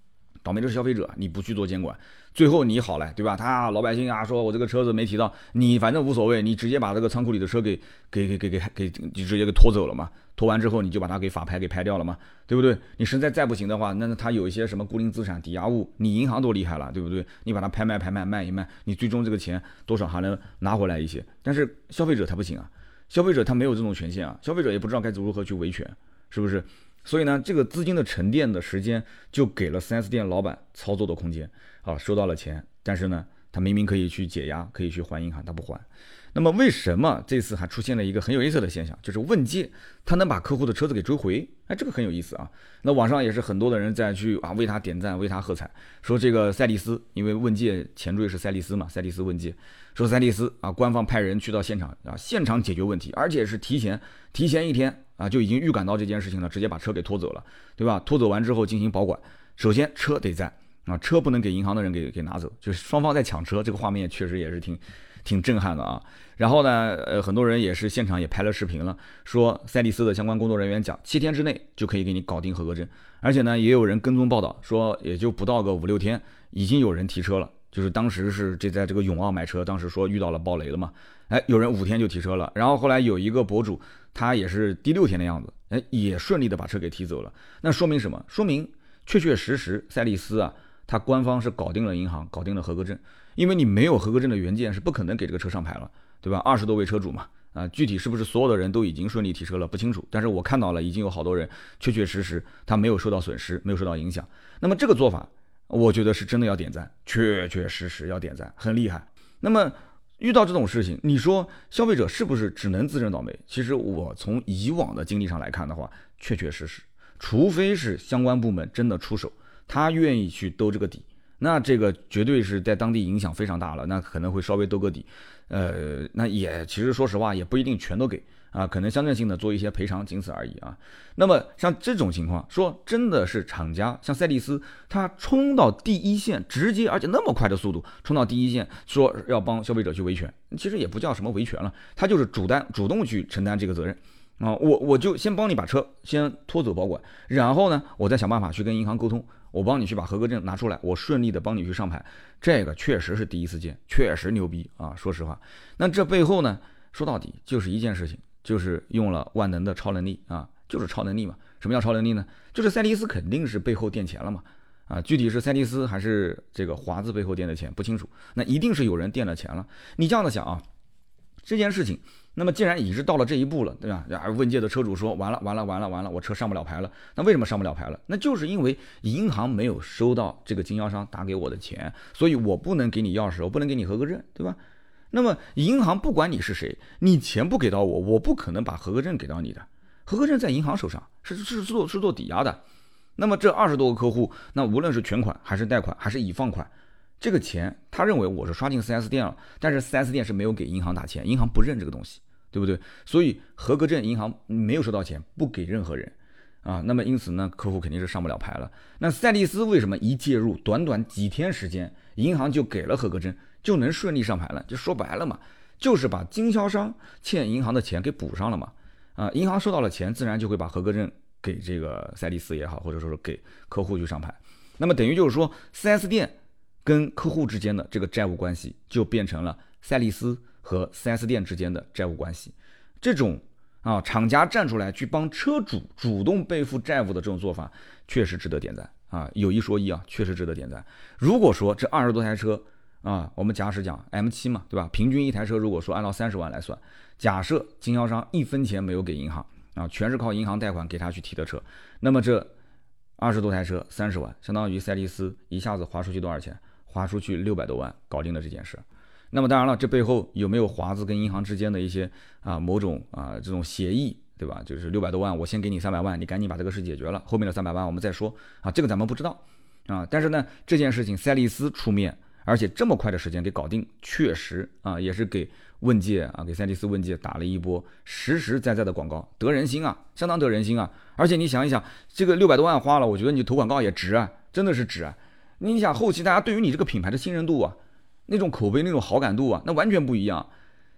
倒霉的是消费者，你不去做监管，最后你好了，对吧？他老百姓啊，说我这个车子没提到，你反正无所谓，你直接把这个仓库里的车给给给给给给你直接给拖走了嘛，拖完之后你就把它给法拍给拍掉了嘛，对不对？你实在再不行的话，那他有一些什么固定资产抵押物，你银行多厉害了，对不对？你把它拍卖拍卖卖一卖，你最终这个钱多少还能拿回来一些，但是消费者他不行啊，消费者他没有这种权限啊，消费者也不知道该如何去维权，是不是？所以呢，这个资金的沉淀的时间就给了 四 S 店老板操作的空间啊，收到了钱，但是呢，他明明可以去解压，可以去还银行，他不还。那么为什么这次还出现了一个很有意思的现象，就是问界他能把客户的车子给追回？哎，这个很有意思啊。那网上也是很多的人在去啊为他点赞，为他喝彩，说这个赛利斯，因为问界前缀是赛利斯嘛，赛利斯问界，说赛利斯啊，官方派人去到现场啊，现场解决问题，而且是提前提前一天。啊，就已经预感到这件事情了，直接把车给拖走了，对吧？拖走完之后进行保管，首先车得在啊，车不能给银行的人给给拿走，就是双方在抢车，这个画面确实也是挺挺震撼的啊。然后呢，呃，很多人也是现场也拍了视频了，说赛利斯的相关工作人员讲，七天之内就可以给你搞定合格证，而且呢，也有人跟踪报道说，也就不到个五六天，已经有人提车了。就是当时是这在这个永奥买车，当时说遇到了暴雷了嘛，哎，有人五天就提车了，然后后来有一个博主，他也是第六天的样子，哎，也顺利的把车给提走了。那说明什么？说明确确实实赛利斯啊，他官方是搞定了银行，搞定了合格证，因为你没有合格证的原件是不可能给这个车上牌了，对吧？二十多位车主嘛，啊，具体是不是所有的人都已经顺利提车了不清楚，但是我看到了已经有好多人确确实实他没有受到损失，没有受到影响。那么这个做法，我觉得是真的要点赞，确确实实要点赞，很厉害。那么遇到这种事情，你说消费者是不是只能自认倒霉？其实我从以往的经历上来看的话，确确实实，除非是相关部门真的出手，他愿意去兜这个底，那这个绝对是在当地影响非常大了，那可能会稍微兜个底。呃，那也其实说实话也不一定全都给。啊，可能相对性的做一些赔偿，仅此而已啊。那么像这种情况，说真的是厂家像赛利斯，他冲到第一线，直接而且那么快的速度冲到第一线，说要帮消费者去维权，其实也不叫什么维权了，他就是主担主动去承担这个责任啊。我我就先帮你把车先拖走保管，然后呢，我再想办法去跟银行沟通，我帮你去把合格证拿出来，我顺利的帮你去上牌，这个确实是第一次见，确实牛逼啊。说实话，那这背后呢，说到底就是一件事情。就是用了万能的超能力啊，就是超能力嘛。什么叫超能力呢？就是赛利斯肯定是背后垫钱了嘛，啊，具体是赛利斯还是这个华子背后垫的钱不清楚，那一定是有人垫了钱了。你这样的想啊，这件事情，那么既然已经到了这一步了，对吧？啊，问界的车主说完了完了完了完了，我车上不了牌了。那为什么上不了牌了？那就是因为银行没有收到这个经销商打给我的钱，所以我不能给你钥匙，我不能给你合格证，对吧？那么银行不管你是谁，你钱不给到我，我不可能把合格证给到你的。合格证在银行手上，是是做是做抵押的。那么这二十多个客户，那无论是全款还是贷款还是已放款，这个钱他认为我是刷进 四 S 店了，但是 四 S 店是没有给银行打钱，银行不认这个东西，对不对？所以合格证银行没有收到钱，不给任何人啊。那么因此呢，客户肯定是上不了牌了。那赛利斯为什么一介入，短短几天时间，银行就给了合格证？就能顺利上牌了，就说白了嘛，就是把经销商欠银行的钱给补上了嘛。啊，银行收到了钱，自然就会把合格证给这个赛利斯也好，或者说是给客户去上牌。那么等于就是说 四 S 店跟客户之间的这个债务关系就变成了赛利斯和 四 S 店之间的债务关系。这种啊，厂家站出来去帮车主主动背负债务的这种做法，确实值得点赞啊。有一说一啊，确实值得点赞。如果说这二十多台车啊，我们假使讲 M 七 嘛，对吧？平均一台车如果说按照三十万来算，假设经销商一分钱没有给银行啊，全是靠银行贷款给他去提的车，那么这二十多台车三十万，相当于赛利斯一下子划出去多少钱？划出去六百多万，搞定了这件事。那么当然了，这背后有没有华子跟银行之间的一些啊某种啊这种协议，对吧？就是六百多万，我先给你三百万，你赶紧把这个事解决了，后面的三百万我们再说啊，这个咱们不知道啊。但是呢，这件事情赛利斯出面。而且这么快的时间给搞定，确实啊，也是给问界啊，给赛利斯问界打了一波实实在在的广告，得人心啊，相当得人心啊。而且你想一想，这个六百多万花了，我觉得你投广告也值啊，真的是值啊。你想后期大家对于你这个品牌的信任度啊，那种口碑、那种好感度啊，那完全不一样。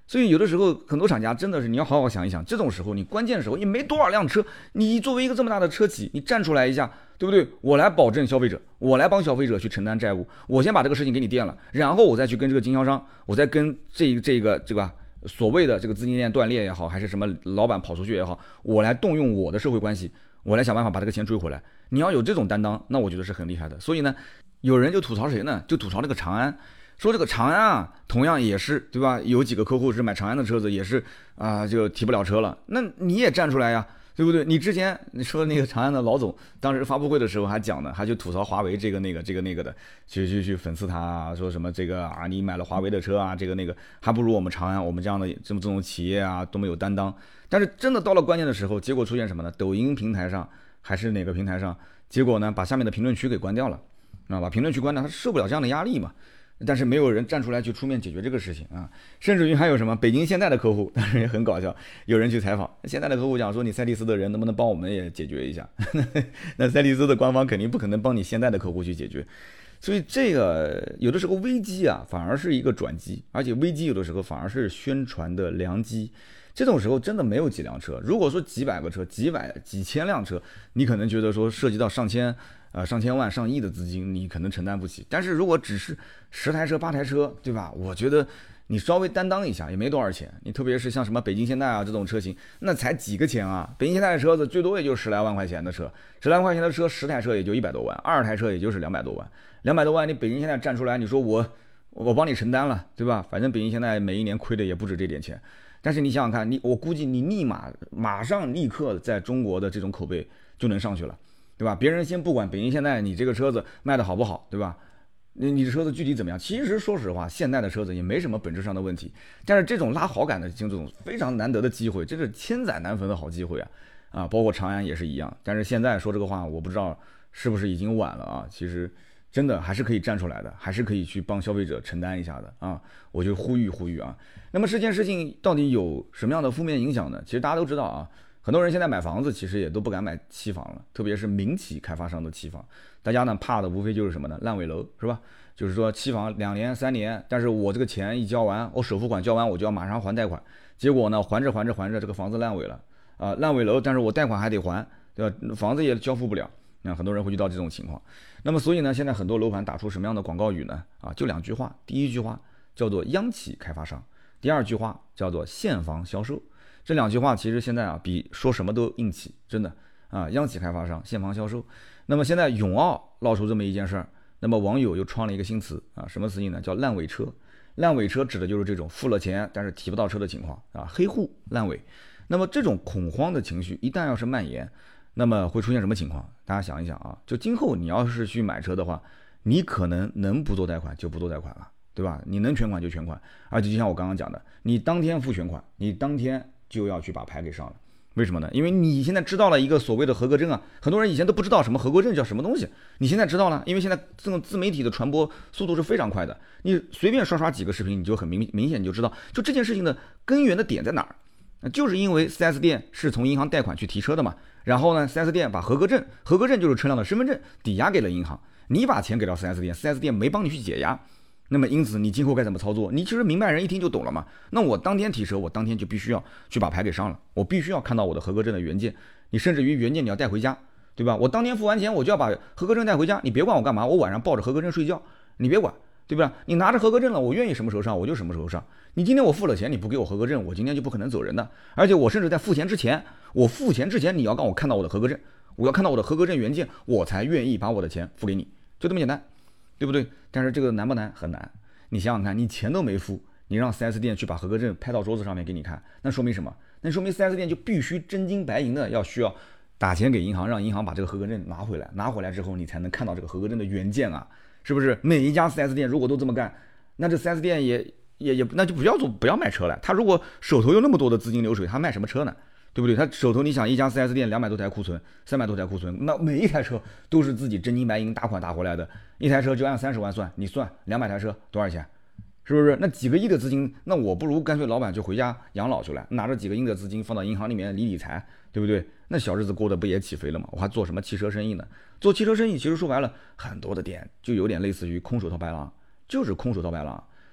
所以有的时候很多厂家真的是你要好好想一想，这种时候你关键时候你没多少辆车，你作为一个这么大的车企，你站出来一下，对不对？我来保证消费者，我来帮消费者去承担债务，我先把这个事情给你垫了，然后我再去跟这个经销商，我再跟这这个这个所谓的这个资金链断裂也好，还是什么老板跑出去也好，我来动用我的社会关系，我来想办法把这个钱追回来。你要有这种担当，那我觉得是很厉害的。所以呢，有人就吐槽谁呢？就吐槽这个长安。说这个长安啊，同样也是对吧？有几个客户是买长安的车子，也是啊、呃，就提不了车了。那你也站出来呀，对不对？你之前你说那个长安的老总，当时发布会的时候还讲呢，还就吐槽华为这个那个这个那个的，去去去讽刺他啊，说什么这个啊，你买了华为的车啊，这个那个还不如我们长安，我们这样的这么这种企业啊都没有担当。但是真的到了关键的时候，结果出现什么呢？抖音平台上还是哪个平台上，结果呢把下面的评论区给关掉了，啊，把评论区关掉，他受不了这样的压力嘛。但是没有人站出来去出面解决这个事情啊，甚至于还有什么北京现代的客户，当时也很搞笑，有人去采访现在的客户讲说，你赛力斯的人能不能帮我们也解决一下？那赛力斯的官方肯定不可能帮你现在的客户去解决，所以这个有的时候危机啊反而是一个转机，而且危机有的时候反而是宣传的良机。这种时候真的没有几辆车，如果说几百个车、几百、几千辆车，你可能觉得说涉及到上千。呃，上千万、上亿的资金，你可能承担不起。但是如果只是十台车、八台车，对吧？我觉得你稍微担当一下，也没多少钱。你特别是像什么北京现代啊这种车型，那才几个钱啊！北京现代的车子最多也就十来万块钱的车，十来万块钱的车，十台车也就一百多万，二台车也就是两百多万，两百多万，你北京现代站出来，你说我我帮你承担了，对吧？反正北京现代每一年亏的也不止这点钱。但是你想想看，你我估计你立马马上立刻在中国的这种口碑就能上去了。对吧？别人先不管北京现代你这个车子卖的好不好，对吧？你你的车子具体怎么样？其实说实话，现代的车子也没什么本质上的问题。但是这种拉好感的这种非常难得的机会，这是千载难逢的好机会啊！啊，包括长安也是一样。但是现在说这个话，我不知道是不是已经晚了啊？其实真的还是可以站出来的，还是可以去帮消费者承担一下的啊！我就呼吁呼吁啊。那么这件事情到底有什么样的负面影响呢？其实大家都知道啊。很多人现在买房子其实也都不敢买期房了，特别是民企开发商的期房，大家呢怕的无非就是什么呢？烂尾楼，是吧？就是说期房两年三年，但是我这个钱一交完，我首付款交完，我就要马上还贷款，结果呢还着还着还着，这个房子烂尾了啊、呃，烂尾楼，但是我贷款还得还，对吧？房子也交付不了，那很多人会遇到这种情况。那么所以呢，现在很多楼盘打出什么样的广告语呢？啊，就两句话，第一句话叫做央企开发商，第二句话叫做现房销售。这两句话其实现在啊比说什么都硬气，真的啊！央企开发商，现房销售。那么现在永奥闹出这么一件事儿，那么网友又创了一个新词啊，什么词义呢？叫烂尾车。烂尾车指的就是这种付了钱但是提不到车的情况啊，黑户烂尾。那么这种恐慌的情绪一旦要是蔓延，那么会出现什么情况？大家想一想啊，就今后你要是去买车的话，你可能能不做贷款就不做贷款了，对吧？你能全款就全款，而且就像我刚刚讲的，你当天付全款，你当天就要去把牌给上了。为什么呢？因为你现在知道了一个所谓的合格证啊，很多人以前都不知道什么合格证叫什么东西，你现在知道了，因为现在这种自媒体的传播速度是非常快的，你随便刷刷几个视频，你就很明明显你就知道，就这件事情的根源的点在哪儿，就是因为 四 S 店是从银行贷款去提车的嘛，然后呢 四 S 店把合格证，合格证就是车辆的身份证抵押给了银行，你把钱给到 四 S 店， 四 S 店没帮你去解押。那么因此你今后该怎么操作，你其实明白人一听就懂了嘛。那我当天提车，我当天就必须要去把牌给上了，我必须要看到我的合格证的原件，你甚至于原件你要带回家，对吧？我当天付完钱我就要把合格证带回家，你别管我干嘛，我晚上抱着合格证睡觉，你别管，对吧？你拿着合格证了，我愿意什么时候上我就什么时候上，你今天我付了钱，你不给我合格证，我今天就不可能走人的。而且我甚至在付钱之前，我付钱之前你要让我看到我的合格证，我要看到我的合格证原件，我才愿意把我的钱付给你，就这么简单，对不对？但是这个难不难？很难。你想想看，你钱都没付，你让 四 S 店去把合格证拍到桌子上面给你看，那说明什么？那说明 四 S 店就必须真金白银的要需要打钱给银行，让银行把这个合格证拿回来，拿回来之后你才能看到这个合格证的原件啊，是不是？每一家 四 S 店如果都这么干，那这 四 S 店也也也那就不要做不要卖车了。他如果手头有那么多的资金流水，他卖什么车呢？对不对？他手头你想一家 四 S 店两百多台库存，三百多台库存，那每一台车都是自己真金白银大款打回来的，一台车就按三十万算，你算两百台车多少钱？是不是？那几个亿的资金，那我不如干脆老板就回家养老去了，拿着几个亿的资金放到银行里面理理财，对不对？那小日子过得不也起飞了吗？我还做什么汽车生意呢？做汽车生意其实说白了，很多的店就有点类似于空手套白狼，就是空手套白狼。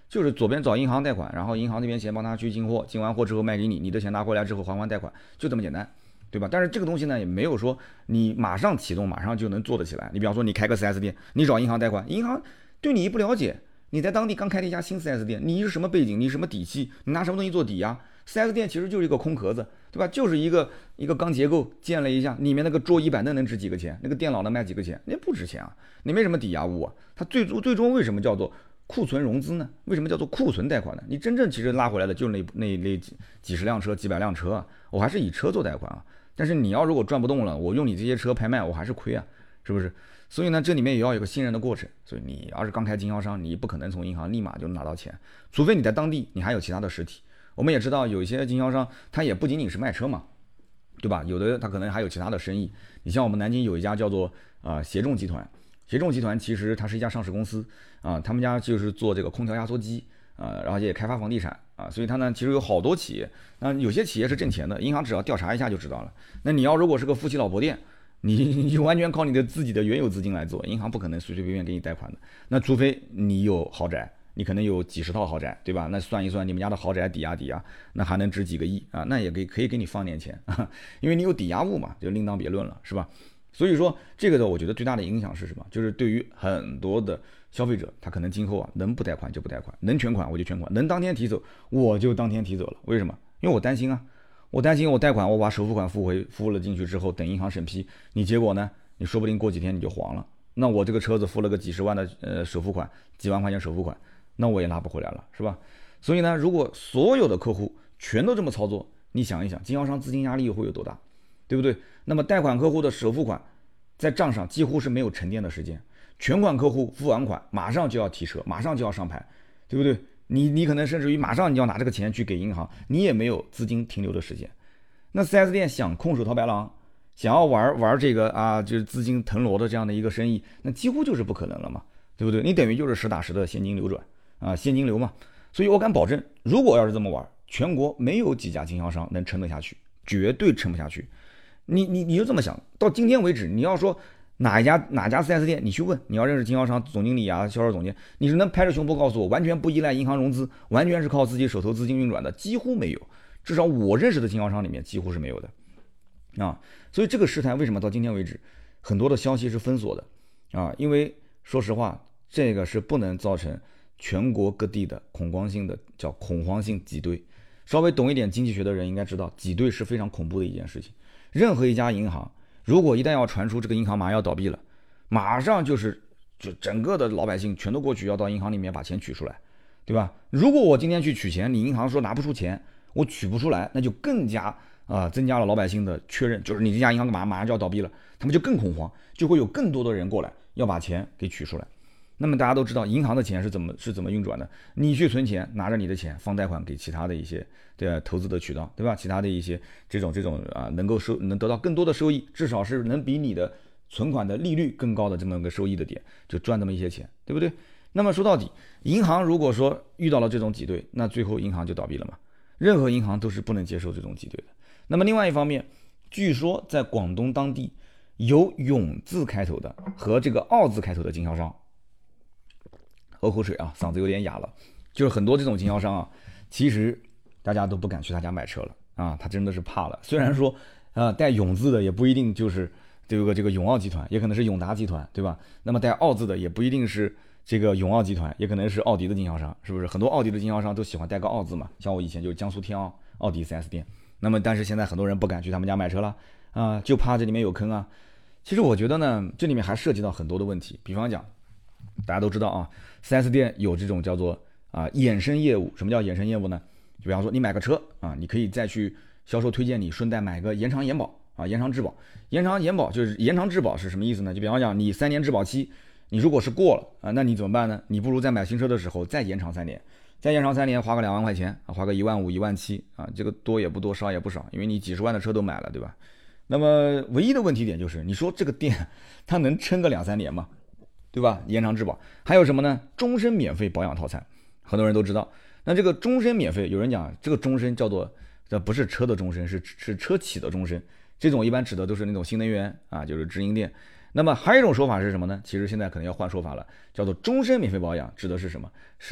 就是左边找银行贷款，然后银行那边钱帮他去进货，进完货之后卖给你，你的钱拿回来之后还还贷款，就这么简单，对吧？但是这个东西呢，也没有说你马上启动马上就能做得起来。你比方说你开个 四 S 店，你找银行贷款，银行对你不了解，你在当地刚开了一家新 四 S 店，你是什么背景，你什么底气，你拿什么东西做抵押？ 四 S 店其实就是一个空壳子，对吧？就是一个一个钢结构建了一下，里面那个桌椅板凳能值几个钱？那个电脑能卖几个钱？那不值钱啊，你没什么抵押物啊。它最终最终为什么叫做库存融资呢？为什么叫做库存贷款呢？你真正其实拉回来的就是那那那几几十辆车、几百辆车啊，我还是以车做贷款啊。但是你要如果赚不动了，我用你这些车拍卖，我还是亏啊，是不是？所以呢，这里面也要有个信任的过程。所以你要是刚开经销商，你不可能从银行立马就拿到钱，除非你在当地你还有其他的实体。我们也知道有一些经销商，他也不仅仅是卖车嘛，对吧？有的他可能还有其他的生意。你像我们南京有一家叫做啊、呃、协众集团，协众集团其实它是一家上市公司啊、呃，他们家就是做这个空调压缩机啊、呃，然后也开发房地产啊，所以它呢其实有好多企业。那有些企业是挣钱的，银行只要调查一下就知道了。那你要如果是个夫妻老婆店，你你完全靠你的自己的原有资金来做，银行不可能随随便便给你贷款的。那除非你有豪宅。你可能有几十套豪宅，对吧？那算一算，你们家的豪宅抵押抵押，那还能值几个亿啊？那也可以可以给你放点钱，因为你有抵押物嘛，就另当别论了，是吧？所以说这个的，我觉得最大的影响是什么？就是对于很多的消费者，他可能今后啊能不贷款就不贷款，能全款我就全款，能当天提走我就当天提走了。为什么？因为我担心啊，我担心我贷款我把首付款付回付了进去之后，等银行审批，你结果呢，你说不定过几天你就黄了。那我这个车子付了个几十万的呃首付款，几万块钱首付款。那我也拿不回来了，是吧？所以呢，如果所有的客户全都这么操作，你想一想，经销商资金压力又会有多大，对不对？那么贷款客户的首付款在账上几乎是没有沉淀的时间，全款客户付完款马上就要提车，马上就要上牌，对不对？你你可能甚至于马上你要拿这个钱去给银行，你也没有资金停留的时间。那 四 S 店想空手套白狼，想要玩玩这个啊，就是资金腾挪的这样的一个生意，那几乎就是不可能了嘛，对不对？你等于就是实打实的现金流转。啊，现金流嘛，所以我敢保证，如果要是这么玩，全国没有几家经销商能撑得下去，绝对撑不下去。你你你就这么想，到今天为止，你要说哪一家哪家 四 S 店，你去问，你要认识经销商总经理啊、销售总监，你是能拍着胸脯告诉我，完全不依赖银行融资，完全是靠自己手头资金运转的，几乎没有。至少我认识的经销商里面几乎是没有的啊。所以这个事态为什么到今天为止，很多的消息是封锁的啊？因为说实话，这个是不能造成全国各地的恐慌性的叫恐慌性挤兑。稍微懂一点经济学的人应该知道，挤兑是非常恐怖的一件事情。任何一家银行如果一旦要传出这个银行马上要倒闭了，马上就是就整个的老百姓全都过去要到银行里面把钱取出来，对吧？如果我今天去取钱，你银行说拿不出钱，我取不出来，那就更加啊、呃、增加了老百姓的确认，就是你这家银行马马上就要倒闭了，他们就更恐慌，就会有更多的人过来要把钱给取出来。那么大家都知道银行的钱是怎么是怎么运转的，你去存钱，拿着你的钱放贷款给其他的一些对投资的渠道，对吧？其他的一些这种这种啊能够收能得到更多的收益，至少是能比你的存款的利率更高的这么个收益的点，就赚这么一些钱，对不对？那么说到底，银行如果说遇到了这种挤兑，那最后银行就倒闭了嘛。任何银行都是不能接受这种挤兑的。那么另外一方面，据说在广东当地有永字开头的和这个澳字开头的经销商。喝口水啊，嗓子有点哑了。就是很多这种经销商啊，其实大家都不敢去他家买车了啊，他真的是怕了。虽然说，呃，带永字的也不一定就是这个这个永澳集团，也可能是永达集团，对吧？那么带澳字的也不一定是这个永澳集团，也可能是奥迪的经销商，是不是？很多奥迪的经销商都喜欢带个澳字嘛，像我以前就是江苏天奥奥迪 四 S 店。那么但是现在很多人不敢去他们家买车了啊，就怕这里面有坑啊。其实我觉得呢，这里面还涉及到很多的问题，比方讲。大家都知道啊 ，四 S 店有这种叫做啊衍生业务。什么叫衍生业务呢？就比方说你买个车啊，你可以再去销售推荐你顺带买个延长延保啊，延长质保。延长延保就是延长质保是什么意思呢？就比方讲你三年质保期，你如果是过了啊，那你怎么办呢？你不如在买新车的时候再延长三年，再延长三年花个两万块钱啊，花个一万五、一万七啊，这个多也不多，少也不少，因为你几十万的车都买了，对吧？那么唯一的问题点就是，你说这个店它能撑个两三年吗？对吧？延长质保，还有什么呢？终身免费保养套餐，很多人都知道。那这个终身免费，有人讲这个终身叫做，这不是车的终身，是是车企的终身。这种一般指的都是那种新能源啊，就是直营店。那么还有一种说法是什么呢？其实现在可能要换说法了，叫做终身免费保养，指的是什么？是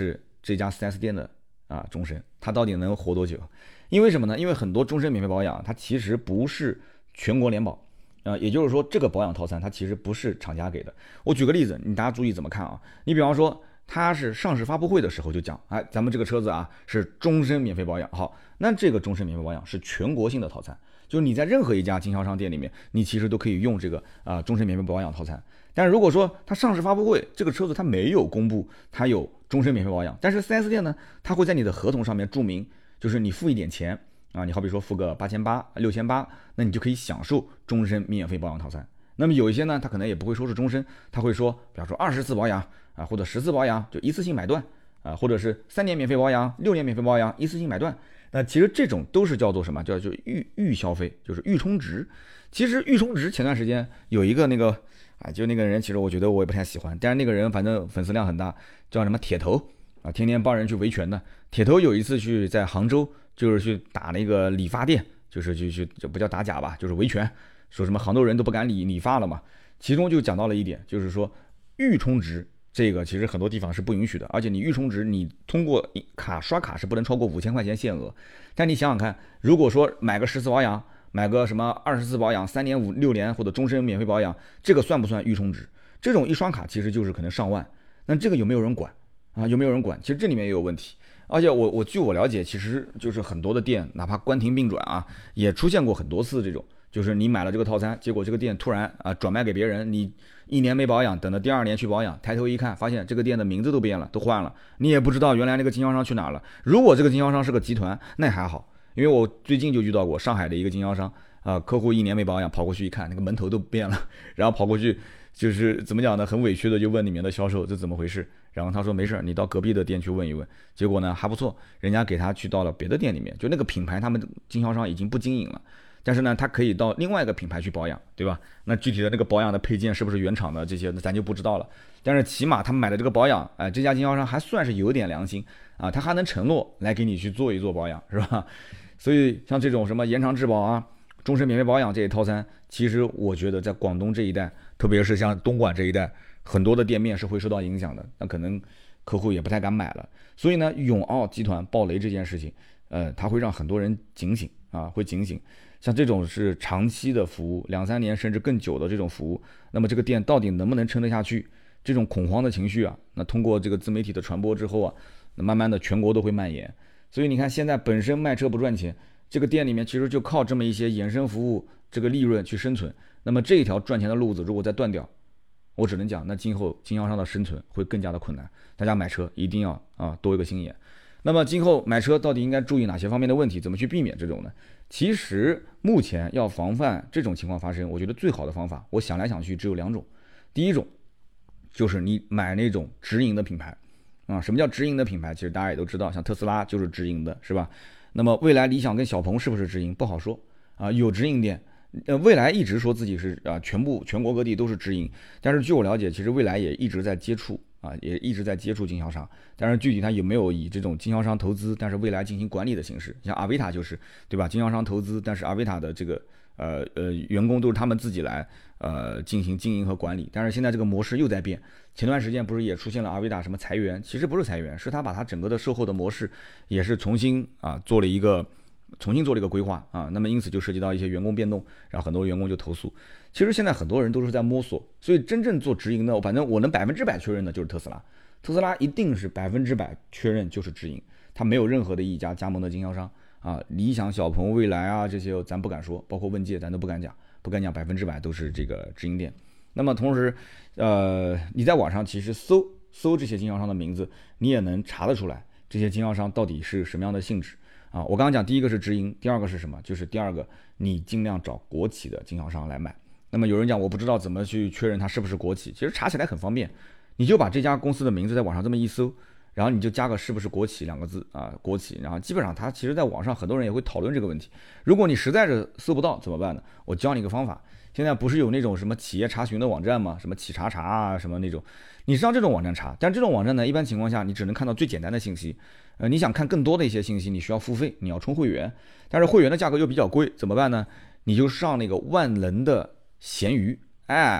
这家 四 S 店的啊终身，它到底能活多久？因为什么呢？因为很多终身免费保养，它其实不是全国联保。呃，也就是说，这个保养套餐它其实不是厂家给的。我举个例子，你大家注意怎么看啊？你比方说，它是上市发布会的时候就讲，哎，咱们这个车子啊是终身免费保养。好，那这个终身免费保养是全国性的套餐，就是你在任何一家经销商店里面，你其实都可以用这个啊、呃、终身免费保养套餐。但是如果说它上市发布会这个车子它没有公布它有终身免费保养，但是 四 S 店呢，它会在你的合同上面注明，就是你付一点钱。啊，你好比说付个八千八、六千八，那你就可以享受终身免费保养套餐。那么有一些呢，他可能也不会说是终身，他会说，比方说二十次保养啊，或者十次保养就一次性买断啊，或者是三年免费保养、六年免费保养一次性买断。那其实这种都是叫做什么？叫做预预消费，就是预充值。其实预充值前段时间有一个那个啊，就那个人，其实我觉得我也不太喜欢，但是那个人反正粉丝量很大，叫什么铁头啊，天天帮人去维权的。铁头有一次去在杭州。就是去打那个理发店，就是去去这不叫打假吧，就是维权，说什么杭州人都不敢理理发了嘛。其中就讲到了一点，就是说预充值这个其实很多地方是不允许的，而且你预充值你通过卡刷卡是不能超过五千块钱限额。但你想想看，如果说买个十次保养，买个什么二十次保养，三年五六年或者终身免费保养，这个算不算预充值？这种一刷卡其实就是可能上万，那这个有没有人管啊？有没有人管？其实这里面也有问题。而且我我据我了解，其实就是很多的店，哪怕关停并转啊，也出现过很多次这种，就是你买了这个套餐，结果这个店突然啊转卖给别人，你一年没保养，等到第二年去保养，抬头一看，发现这个店的名字都变了，都换了，你也不知道原来那个经销商去哪了。如果这个经销商是个集团，那还好，因为我最近就遇到过上海的一个经销商啊、呃，客户一年没保养，跑过去一看，那个门头都变了，然后跑过去就是怎么讲呢，很委屈的就问里面的销售这怎么回事。然后他说没事，你到隔壁的店去问一问。结果呢还不错，人家给他去到了别的店里面，就那个品牌他们经销商已经不经营了，但是呢他可以到另外一个品牌去保养，对吧？那具体的那个保养的配件是不是原厂的这些咱就不知道了。但是起码他们买的这个保养，哎、呃，这家经销商还算是有点良心啊，他还能承诺来给你去做一做保养，是吧？所以像这种什么延长质保啊、终身免费保养这些套餐，其实我觉得在广东这一带，特别是像东莞这一带，很多的店面是会受到影响的，那可能客户也不太敢买了。所以呢，永奥集团爆雷这件事情，呃，它会让很多人警醒啊，会警醒。像这种是长期的服务，两三年甚至更久的这种服务，那么这个店到底能不能撑得下去？这种恐慌的情绪啊，那通过这个自媒体的传播之后啊，那慢慢的全国都会蔓延。所以你看，现在本身卖车不赚钱，这个店里面其实就靠这么一些衍生服务这个利润去生存。那么这一条赚钱的路子如果再断掉，我只能讲，那今后经销商的生存会更加的困难。大家买车一定要啊多一个心眼。那么今后买车到底应该注意哪些方面的问题？怎么去避免这种呢？其实目前要防范这种情况发生，我觉得最好的方法，我想来想去只有两种。第一种就是你买那种直营的品牌啊，什么叫直营的品牌？其实大家也都知道，像特斯拉就是直营的，是吧？那么蔚来、理想跟小鹏是不是直营？不好说啊，有直营店。呃，蔚来一直说自己是啊，全部全国各地都是直营，但是据我了解，其实蔚来也一直在接触啊，也一直在接触经销商，但是具体它有没有以这种经销商投资，但是蔚来进行管理的形式，像阿维塔就是，对吧？经销商投资，但是阿维塔的这个呃呃员工都是他们自己来呃进行经营和管理，但是现在这个模式又在变。前段时间不是也出现了阿维塔什么裁员？其实不是裁员，是他把他整个的售后的模式也是重新啊做了一个。重新做了一个规划啊，那么因此就涉及到一些员工变动，然后很多员工就投诉。其实现在很多人都是在摸索，所以真正做直营的，反正我能百分之百确认的就是特斯拉，特斯拉一定是百分之百确认就是直营，它没有任何的一家加盟的经销商啊，理想、小鹏、蔚来啊这些咱不敢说，包括问界咱都不敢讲，不敢讲百分之百都是这个直营店。那么同时，呃，你在网上其实搜搜这些经销商的名字，你也能查得出来这些经销商到底是什么样的性质。啊，我刚刚讲第一个是直营，第二个是什么？就是第二个，你尽量找国企的经销商来买。那么有人讲我不知道怎么去确认它是不是国企，其实查起来很方便，你就把这家公司的名字在网上这么一搜，然后你就加个是不是国企两个字啊，国企，然后基本上它其实在网上很多人也会讨论这个问题。如果你实在是搜不到怎么办呢？我教你一个方法，现在不是有那种什么企业查询的网站吗？什么企查查啊什么那种，你上这种网站查，但这种网站呢，一般情况下你只能看到最简单的信息。呃，你想看更多的一些信息，你需要付费，你要充会员，但是会员的价格又比较贵，怎么办呢？你就上那个万能的闲鱼，哎，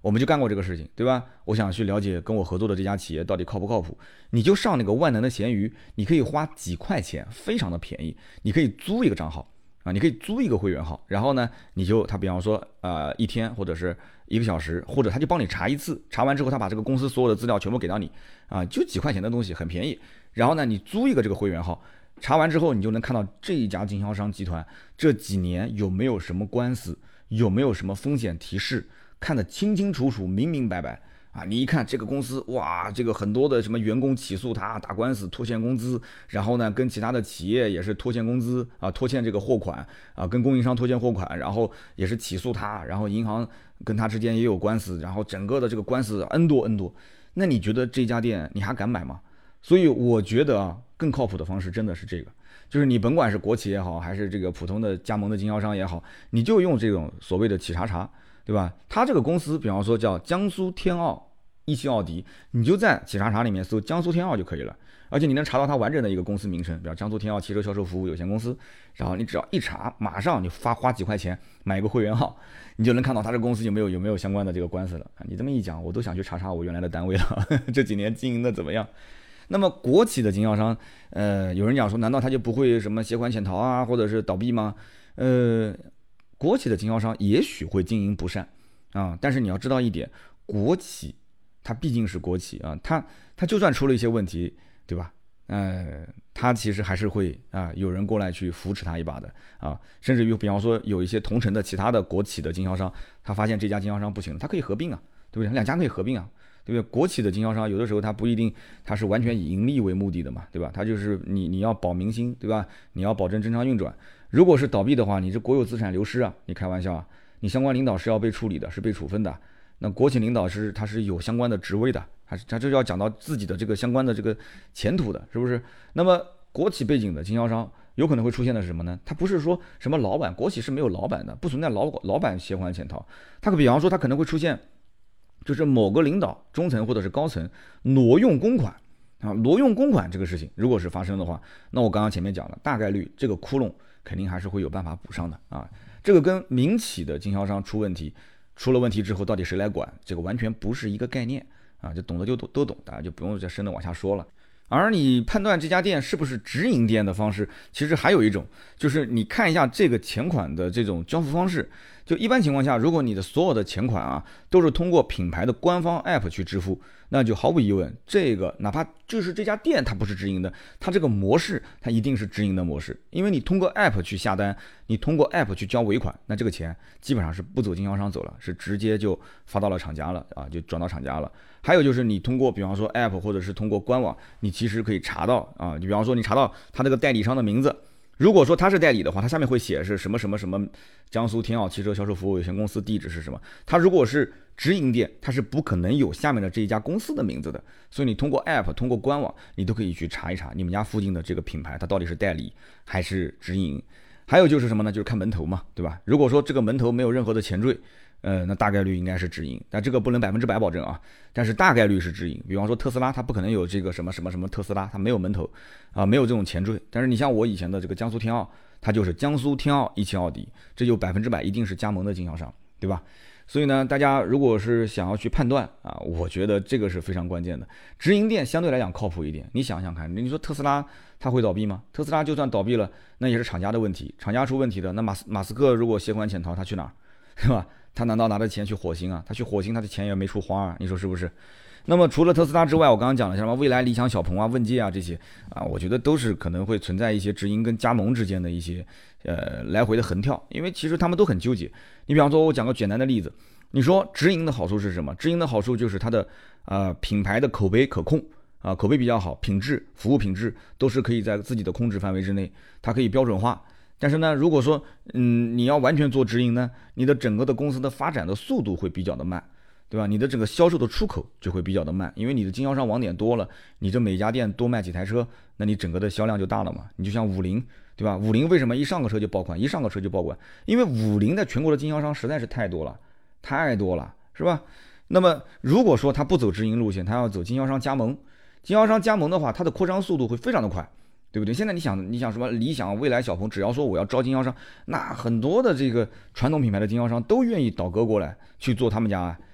我们就干过这个事情，对吧？我想去了解跟我合作的这家企业到底靠不靠谱，你就上那个万能的闲鱼，你可以花几块钱，非常的便宜，你可以租一个账号啊，你可以租一个会员号，然后呢，你就他比方说呃一天或者是一个小时，或者他就帮你查一次，查完之后他把这个公司所有的资料全部给到你啊，就几块钱的东西很便宜。然后呢，你租一个这个会员号，查完之后你就能看到这一家经销商集团这几年有没有什么官司，有没有什么风险提示，看得清清楚楚、明明白白啊！你一看这个公司，哇，这个很多的什么员工起诉他打官司拖欠工资，然后呢跟其他的企业也是拖欠工资啊，拖欠这个货款啊，跟供应商拖欠货款，然后也是起诉他，然后银行跟他之间也有官司，然后整个的这个官司 N 多 N 多，那你觉得这家店你还敢买吗？所以我觉得啊，更靠谱的方式真的是这个。就是你甭管是国企也好，还是这个普通的加盟的经销商也好，你就用这种所谓的企查查，对吧？他这个公司，比方说叫江苏天奥一汽奥迪，你就在企查查里面搜江苏天奥就可以了，而且你能查到它完整的一个公司名称，比如江苏天奥汽车销售服务有限公司，然后你只要一查，马上你发花几块钱买一个会员号，你就能看到他这个公司有没有有没有相关的这个官司了。你这么一讲，我都想去查查我原来的单位了，这几年经营的怎么样？那么国企的经销商，呃，有人讲说，难道他就不会什么携款潜逃啊，或者是倒闭吗？呃，国企的经销商也许会经营不善啊，但是你要知道一点，国企它毕竟是国企啊，它它就算出了一些问题，对吧？呃，它其实还是会啊，有人过来去扶持它一把的啊，甚至于比方说有一些同城的其他的国企的经销商，他发现这家经销商不行，他可以合并啊，对不对？两家可以合并啊。对不对？国企的经销商有的时候他不一定他是完全以盈利为目的的嘛，对吧？他就是你你要保民心，对吧？你要保证正常运转。如果是倒闭的话，你这国有资产流失啊，你开玩笑啊？你相关领导是要被处理的，是被处分的。那国企领导是他是有相关的职位的，还是他这要讲到自己的这个相关的这个前途的，是不是？那么国企背景的经销商有可能会出现的是什么呢？他不是说什么老板，国企是没有老板的，不存在老老板携款潜逃。他可比方说他可能会出现。就是某个领导中层或者是高层挪用公款啊，挪用公款这个事情，如果是发生的话，那我刚刚前面讲了，大概率这个窟窿肯定还是会有办法补上的啊。这个跟民企的经销商出问题，出了问题之后到底谁来管，这个完全不是一个概念啊，就懂的就都都懂，大家就不用再深的往下说了。而你判断这家店是不是直营店的方式，其实还有一种，就是你看一下这个钱款的这种交付方式。就一般情况下，如果你的所有的钱款啊都是通过品牌的官方 app 去支付，那就毫无疑问，这个哪怕就是这家店它不是直营的，它这个模式它一定是直营的模式，因为你通过 app 去下单，你通过 app 去交尾款，那这个钱基本上是不走经销商走了，是直接就发到了厂家了啊，就转到厂家了。还有就是你通过比方说 app 或者是通过官网，你其实可以查到啊，你比方说你查到他这个代理商的名字。如果说他是代理的话，他下面会写是什么什么什么江苏天奥汽车销售服务有限公司，地址是什么。他如果是直营店，他是不可能有下面的这一家公司的名字的。所以你通过 app 通过官网，你都可以去查一查你们家附近的这个品牌，它到底是代理还是直营。还有就是什么呢？就是看门头嘛，对吧？如果说这个门头没有任何的前缀，呃，那大概率应该是直营，但这个不能百分之百保证啊，但是大概率是直营。比方说特斯拉，它不可能有这个什么什么什么特斯拉，它没有门头啊，没有这种前缀。但是你像我以前的这个江苏天奥，它就是江苏天奥一汽奥迪，这就百分之百一定是加盟的经销商，对吧？所以呢，大家如果是想要去判断啊，我觉得这个是非常关键的。直营店相对来讲靠谱一点，你想想看，你说特斯拉它会倒闭吗？特斯拉就算倒闭了，那也是厂家的问题，厂家出问题的，那马斯马斯克如果携款潜逃，他去哪儿，是吧？他难道拿着钱去火星啊？他去火星，他的钱也没处花啊，你说是不是？那么除了特斯拉之外，我刚刚讲了什么未来、理想、小鹏啊、问界啊这些啊，我觉得都是可能会存在一些直营跟加盟之间的一些呃来回的横跳，因为其实他们都很纠结。你比方说，我讲个简单的例子，你说直营的好处是什么？直营的好处就是它的呃品牌的口碑可控啊，口碑比较好，品质、服务品质都是可以在自己的控制范围之内，它可以标准化。但是呢，如果说嗯你要完全做直营呢，你的整个的公司的发展的速度会比较的慢，对吧？你的整个销售的出口就会比较的慢，因为你的经销商网点多了，你这每家店多卖几台车，那你整个的销量就大了嘛。你就像五菱，对吧？五菱为什么一上个车就爆款，一上个车就爆款？因为五菱在全国的经销商实在是太多了，太多了，是吧？那么如果说他不走直营路线，他要走经销商加盟，经销商加盟的话，它的扩张速度会非常的快。对不对？现在你想，你想什么理想、未来、小鹏，只要说我要招经销商，那很多的这个传统品牌的经销商都愿意倒戈过来去做他们家，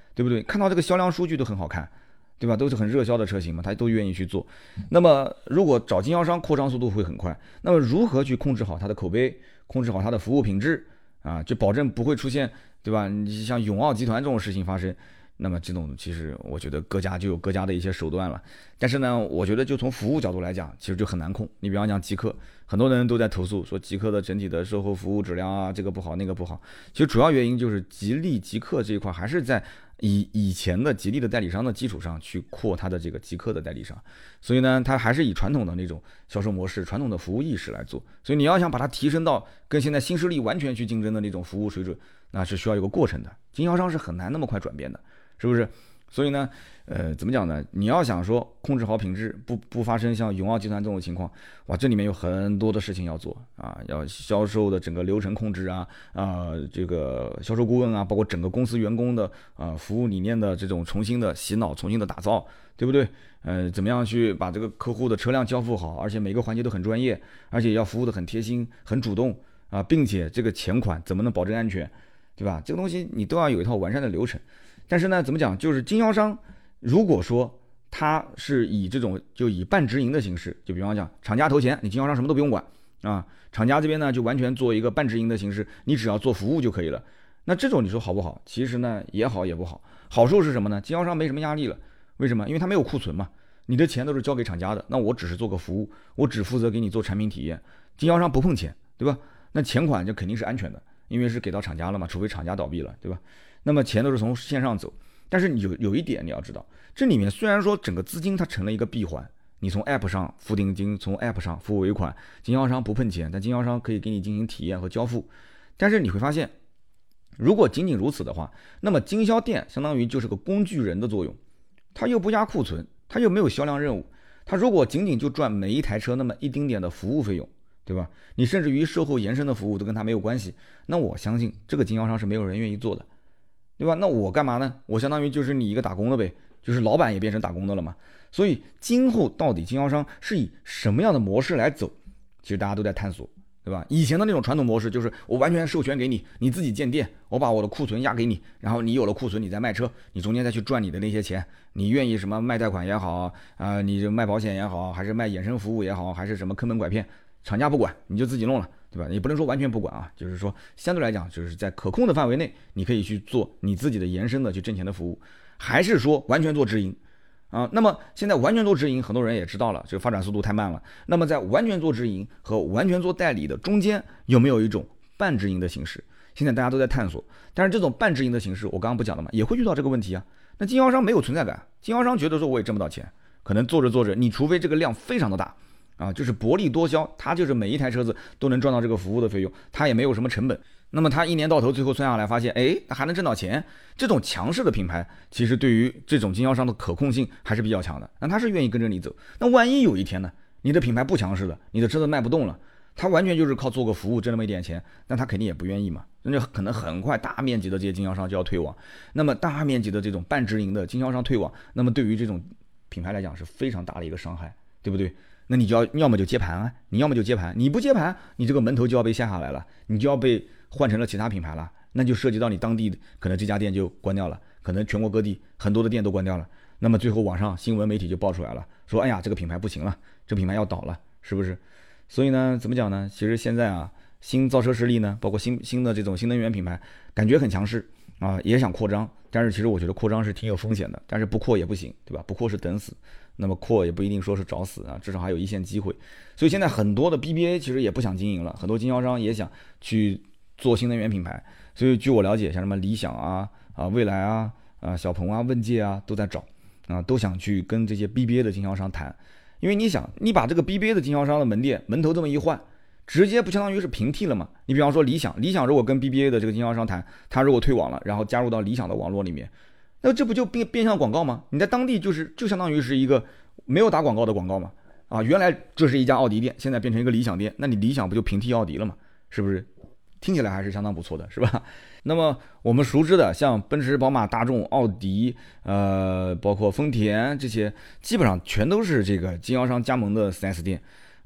对不对？看到这个销量数据都很好看，对吧？都是很热销的车型嘛，他都愿意去做。那么如果找经销商扩张速度会很快，那么如何去控制好它的口碑，控制好它的服务品质啊，就保证不会出现，对吧？你像永奥集团这种事情发生，那么这种其实我觉得各家就有各家的一些手段了。但是呢，我觉得就从服务角度来讲，其实就很难控。你比方讲极客，很多人都在投诉说极客的整体的售后服务质量啊，这个不好那个不好。其实主要原因就是吉利极客这一块还是在以以前的吉利的代理商的基础上去扩它的这个极客的代理商，所以呢，它还是以传统的那种销售模式、传统的服务意识来做。所以你要想把它提升到跟现在新势力完全去竞争的那种服务水准，那是需要一个过程的。经销商是很难那么快转变的，是不是？所以呢，呃，怎么讲呢？你要想说控制好品质，不不发生像永奥集团这种情况，哇，这里面有很多的事情要做啊，要销售的整个流程控制啊，啊、呃，这个销售顾问啊，包括整个公司员工的啊、呃、服务理念的这种重新的洗脑、重新的打造，对不对？呃，怎么样去把这个客户的车辆交付好，而且每个环节都很专业，而且要服务的很贴心、很主动啊，并且这个钱款怎么能保证安全，对吧？这个东西你都要有一套完善的流程。但是呢，怎么讲？就是经销商，如果说他是以这种就以半直营的形式，就比方讲厂家投钱，你经销商什么都不用管啊，厂家这边呢就完全做一个半直营的形式，你只要做服务就可以了。那这种你说好不好？其实呢也好也不好。好处是什么呢？经销商没什么压力了，为什么？因为他没有库存嘛，你的钱都是交给厂家的，那我只是做个服务，我只负责给你做产品体验，经销商不碰钱，对吧？那钱款就肯定是安全的，因为是给到厂家了嘛，除非厂家倒闭了，对吧？那么钱都是从线上走，但是有有一点你要知道，这里面虽然说整个资金它成了一个闭环，你从 App 上付定金，从 App 上付尾款，经销商不碰钱，但经销商可以给你进行体验和交付。但是你会发现，如果仅仅如此的话，那么经销店相当于就是个工具人的作用，它又不压库存，它又没有销量任务，它如果仅仅就赚每一台车那么一丁点的服务费用，对吧？你甚至于售后延伸的服务都跟它没有关系，那我相信这个经销商是没有人愿意做的。对吧？那我干嘛呢？我相当于就是你一个打工的呗，就是老板也变成打工的了嘛。所以今后到底经销商是以什么样的模式来走，其实大家都在探索，对吧？以前的那种传统模式就是我完全授权给你，你自己建店，我把我的库存压给你，然后你有了库存，你再卖车，你中间再去赚你的那些钱，你愿意什么卖贷款也好啊、呃，你就卖保险也好，还是卖衍生服务也好，还是什么坑蒙拐骗，厂家不管，你就自己弄了。对吧？也不能说完全不管啊，就是说相对来讲，就是在可控的范围内，你可以去做你自己的延伸的去挣钱的服务，还是说完全做直营啊？那么现在完全做直营，很多人也知道了，这个发展速度太慢了。那么在完全做直营和完全做代理的中间，有没有一种半直营的形式？现在大家都在探索。但是这种半直营的形式，我刚刚不讲了嘛，也会遇到这个问题啊。那经销商没有存在感，经销商觉得说我也挣不到钱，可能做着做着，你除非这个量非常的大。啊，就是薄利多销，他就是每一台车子都能赚到这个服务的费用，他也没有什么成本。那么他一年到头最后算下来发现，哎，他还能挣到钱。这种强势的品牌，其实对于这种经销商的可控性还是比较强的。那他是愿意跟着你走。那万一有一天呢，你的品牌不强势了，你的车子卖不动了，他完全就是靠做个服务挣那么一点钱，那他肯定也不愿意嘛。那就可能很快大面积的这些经销商就要退网。那么大面积的这种半直营的经销商退网，那么对于这种品牌来讲是非常大的一个伤害，对不对？那你就要要么就接盘啊，你要么就接盘，你不接盘，你这个门头就要被下下来了，你就要被换成了其他品牌了，那就涉及到你当地可能这家店就关掉了，可能全国各地很多的店都关掉了，那么最后网上新闻媒体就爆出来了，说哎呀这个品牌不行了，这个品牌要倒了，是不是？所以呢，怎么讲呢？其实现在啊，新造车势力呢，包括新新的这种新能源品牌，感觉很强势啊，也想扩张，但是其实我觉得扩张是挺有风险的，但是不扩也不行，对吧？不扩是等死。那么扩也不一定说是找死啊，至少还有一线机会。所以现在很多的 B B A 其实也不想经营了，很多经销商也想去做新能源品牌。所以据我了解，像什么理想啊、啊蔚来啊、啊小鹏啊、问界啊都在找啊，都想去跟这些 B B A 的经销商谈。因为你想，你把这个 B B A 的经销商的门店门头这么一换，直接不相当于是平替了嘛？你比方说理想，理想如果跟 B B A 的这个经销商谈，他如果退网了，然后加入到理想的网络里面。那这不就变变相广告吗？你在当地就是就相当于是一个没有打广告的广告嘛？啊，原来这是一家奥迪店，现在变成一个理想店，那你理想不就平替奥迪了吗？是不是？听起来还是相当不错的，是吧？那么我们熟知的像奔驰、宝马、大众、奥迪，呃，包括丰田这些，基本上全都是这个经销商加盟的 四 S 店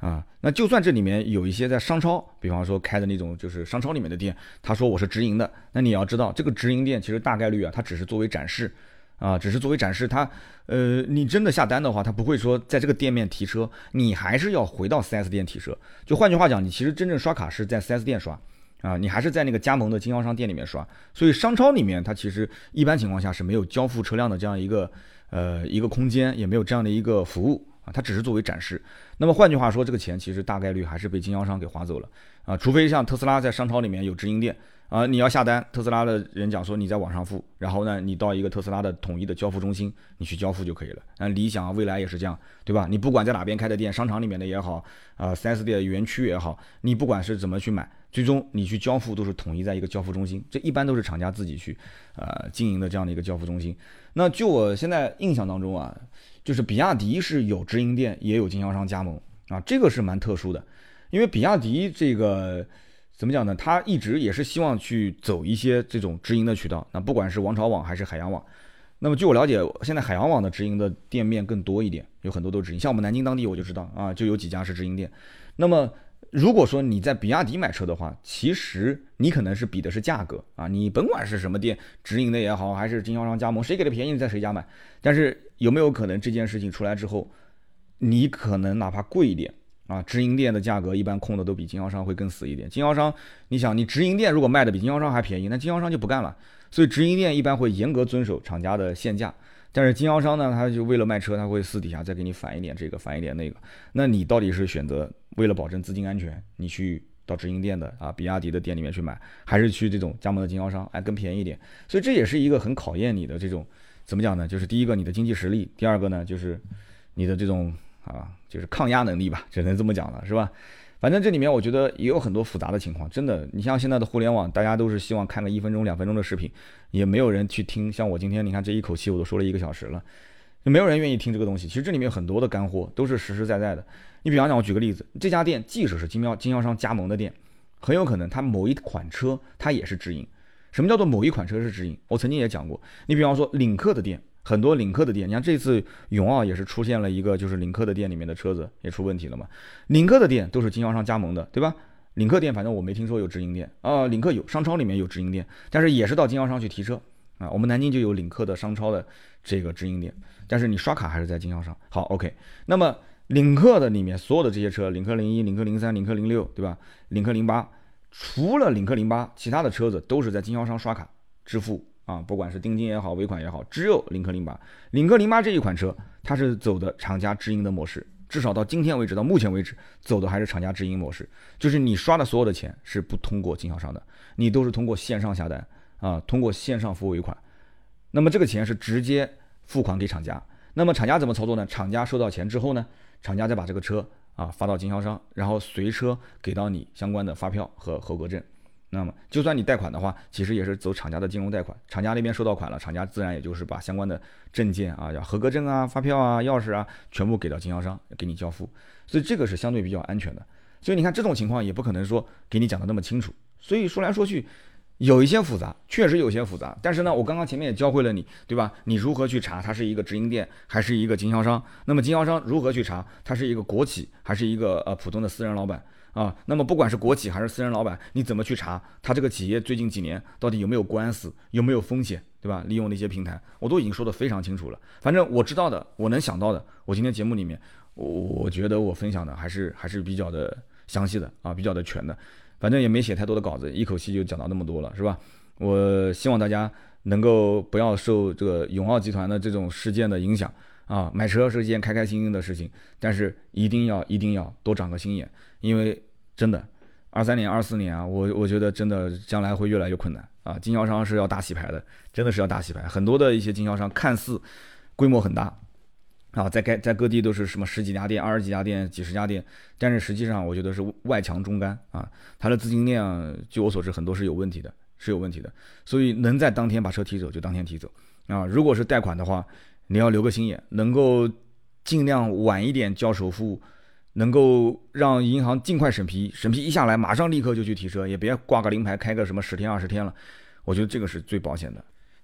啊。那就算这里面有一些在商超，比方说开的那种就是商超里面的店，他说我是直营的，那你要知道这个直营店其实大概率啊，它只是作为展示。啊，只是作为展示，它，呃，你真的下单的话，它不会说在这个店面提车，你还是要回到 四 S 店提车。就换句话讲，你其实真正刷卡是在 四 S 店刷，啊，你还是在那个加盟的经销商店里面刷。所以商超里面它其实一般情况下是没有交付车辆的这样一个，呃，一个空间，也没有这样的一个服务啊，它只是作为展示。那么换句话说，这个钱其实大概率还是被经销商给划走了啊，除非像特斯拉在商超里面有直营店。啊，你要下单，特斯拉的人讲说你在网上付，然后呢，你到一个特斯拉的统一的交付中心，你去交付就可以了。那理想啊，蔚来也是这样，对吧？你不管在哪边开的店，商场里面的也好，啊 四 S 店的园区也好，你不管是怎么去买，最终你去交付都是统一在一个交付中心，这一般都是厂家自己去呃经营的这样的一个交付中心。那就我现在印象当中啊，就是比亚迪是有直营店，也有经销商加盟啊，这个是蛮特殊的，因为比亚迪这个。怎么讲呢？他一直也是希望去走一些这种直营的渠道，那不管是王朝网还是海洋网。那么据我了解，现在海洋网的直营的店面更多一点，有很多都直营。像我们南京当地我就知道啊，就有几家是直营店。那么如果说你在比亚迪买车的话，其实你可能是比的是价格啊，你甭管是什么店，直营的也好，还是经销商加盟，谁给的便宜在谁家买。但是有没有可能这件事情出来之后，你可能哪怕贵一点？啊，直营店的价格一般控的都比经销商会更死一点。经销商，你想，你直营店如果卖的比经销商还便宜，那经销商就不干了。所以直营店一般会严格遵守厂家的限价，但是经销商呢，他就为了卖车，他会私底下再给你返一点这个，返一点那个。那你到底是选择为了保证资金安全，你去到直营店的啊，比亚迪的店里面去买，还是去这种加盟的经销商，哎，更便宜一点？所以这也是一个很考验你的这种怎么讲呢？就是第一个你的经济实力，第二个呢就是你的这种。啊，就是抗压能力吧，只能这么讲了，是吧？反正这里面我觉得也有很多复杂的情况，真的，你像现在的互联网，大家都是希望看个一分钟、两分钟的视频，也没有人去听。像我今天，你看这一口气我都说了一个小时了，就没有人愿意听这个东西。其实这里面有很多的干货都是实实在在的。你比方讲，我举个例子，这家店即使是经销经销商加盟的店，很有可能它某一款车它也是直营。什么叫做某一款车是直营？我曾经也讲过，你比方说领克的店。很多领克的店，你看这次永奥也是出现了一个，就是领克的店里面的车子也出问题了嘛。领克的店都是经销商加盟的，对吧？领克店反正我没听说有直营店啊，领克有商超里面有直营店，但是也是到经销商去提车啊。我们南京就有领克的商超的这个直营店，但是你刷卡还是在经销商。好 ，OK。那么领克的里面所有的这些车，领克零一、领克零三、领克零六，对吧？领克零八，除了领克零八，其他的车子都是在经销商刷卡支付。啊，不管是定金也好，尾款也好，只有领克零八，领克零八这一款车，它是走的厂家直营的模式，至少到今天为止，到目前为止，走的还是厂家直营模式，就是你刷的所有的钱是不通过经销商的，你都是通过线上下单啊，通过线上付尾款，那么这个钱是直接付款给厂家，那么厂家怎么操作呢？厂家收到钱之后呢，厂家再把这个车啊发到经销商，然后随车给到你相关的发票和合格证。那么，就算你贷款的话，其实也是走厂家的金融贷款，厂家那边收到款了，厂家自然也就是把相关的证件啊，要合格证啊、发票啊、钥匙啊，全部给到经销商，给你交付，所以这个是相对比较安全的。所以你看这种情况也不可能说给你讲的那么清楚，所以说来说去有一些复杂，确实有些复杂。但是呢，我刚刚前面也教会了你，对吧？你如何去查它是一个直营店还是一个经销商？那么经销商如何去查它是一个国企还是一个呃普通的私人老板？啊，那么不管是国企还是私人老板，你怎么去查他这个企业最近几年到底有没有官司，有没有风险，对吧？利用那些平台，我都已经说得非常清楚了。反正我知道的，我能想到的，我今天节目里面，我我觉得我分享的还是还是比较的详细的啊，比较的全的。反正也没写太多的稿子，一口气就讲到那么多了，是吧？我希望大家能够不要受这个永浩集团的这种事件的影响啊，买车是一件开开心心的事情，但是一定要一定要多长个心眼。因为真的，二三年、二四年啊，我我觉得真的将来会越来越困难啊！经销商是要大洗牌的，真的是要大洗牌。很多的一些经销商看似规模很大啊，在该在各地都是什么十几家店、二十几家店、几十家店，但是实际上我觉得是外强中干啊，它的资金链，据我所知，很多是有问题的，是有问题的。所以能在当天把车提走就当天提走啊！如果是贷款的话，你要留个心眼，能够尽量晚一点交首付。能够让银行尽快审批，审批一下来马上立刻就去提车，也别挂个临牌开个什么十天二十天了，我觉得这个是最保险的。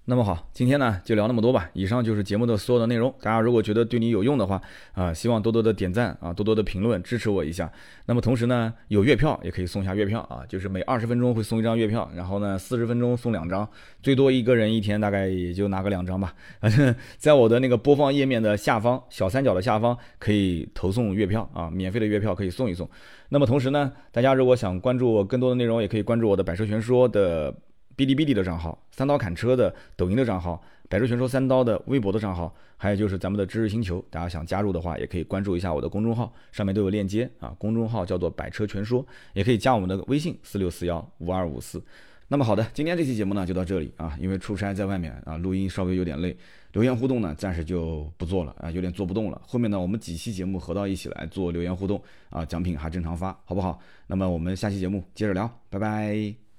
那么好，今天呢就聊那么多吧。以上就是节目的所有的内容。大家如果觉得对你有用的话，啊、希望多多的点赞啊，多多的评论支持我一下。那么同时呢，有月票也可以送一下月票啊，就是每二十分钟会送一张月票，然后呢四十分钟送两张，最多一个人一天大概也就拿个两张吧。反正在我的那个播放页面的下方小三角的下方可以投送月票啊，免费的月票可以送一送。那么同时呢，大家如果想关注我更多的内容，也可以关注我的百车全说的哔哩哔哩的账号，三刀砍车的抖音的账号，百车全说三刀的微博的账号，还有就是咱们的知识星球，大家想加入的话，也可以关注一下我的公众号，上面都有链接啊。公众号叫做百车全说，也可以加我们的微信四六四幺五二五四。那么好的，今天这期节目呢就到这里啊，因为出差在外面啊，录音稍微有点累，留言互动呢暂时就不做了啊，有点做不动了。后面呢我们几期节目合到一起来做留言互动啊，奖品还正常发，好不好？那么我们下期节目接着聊，拜拜。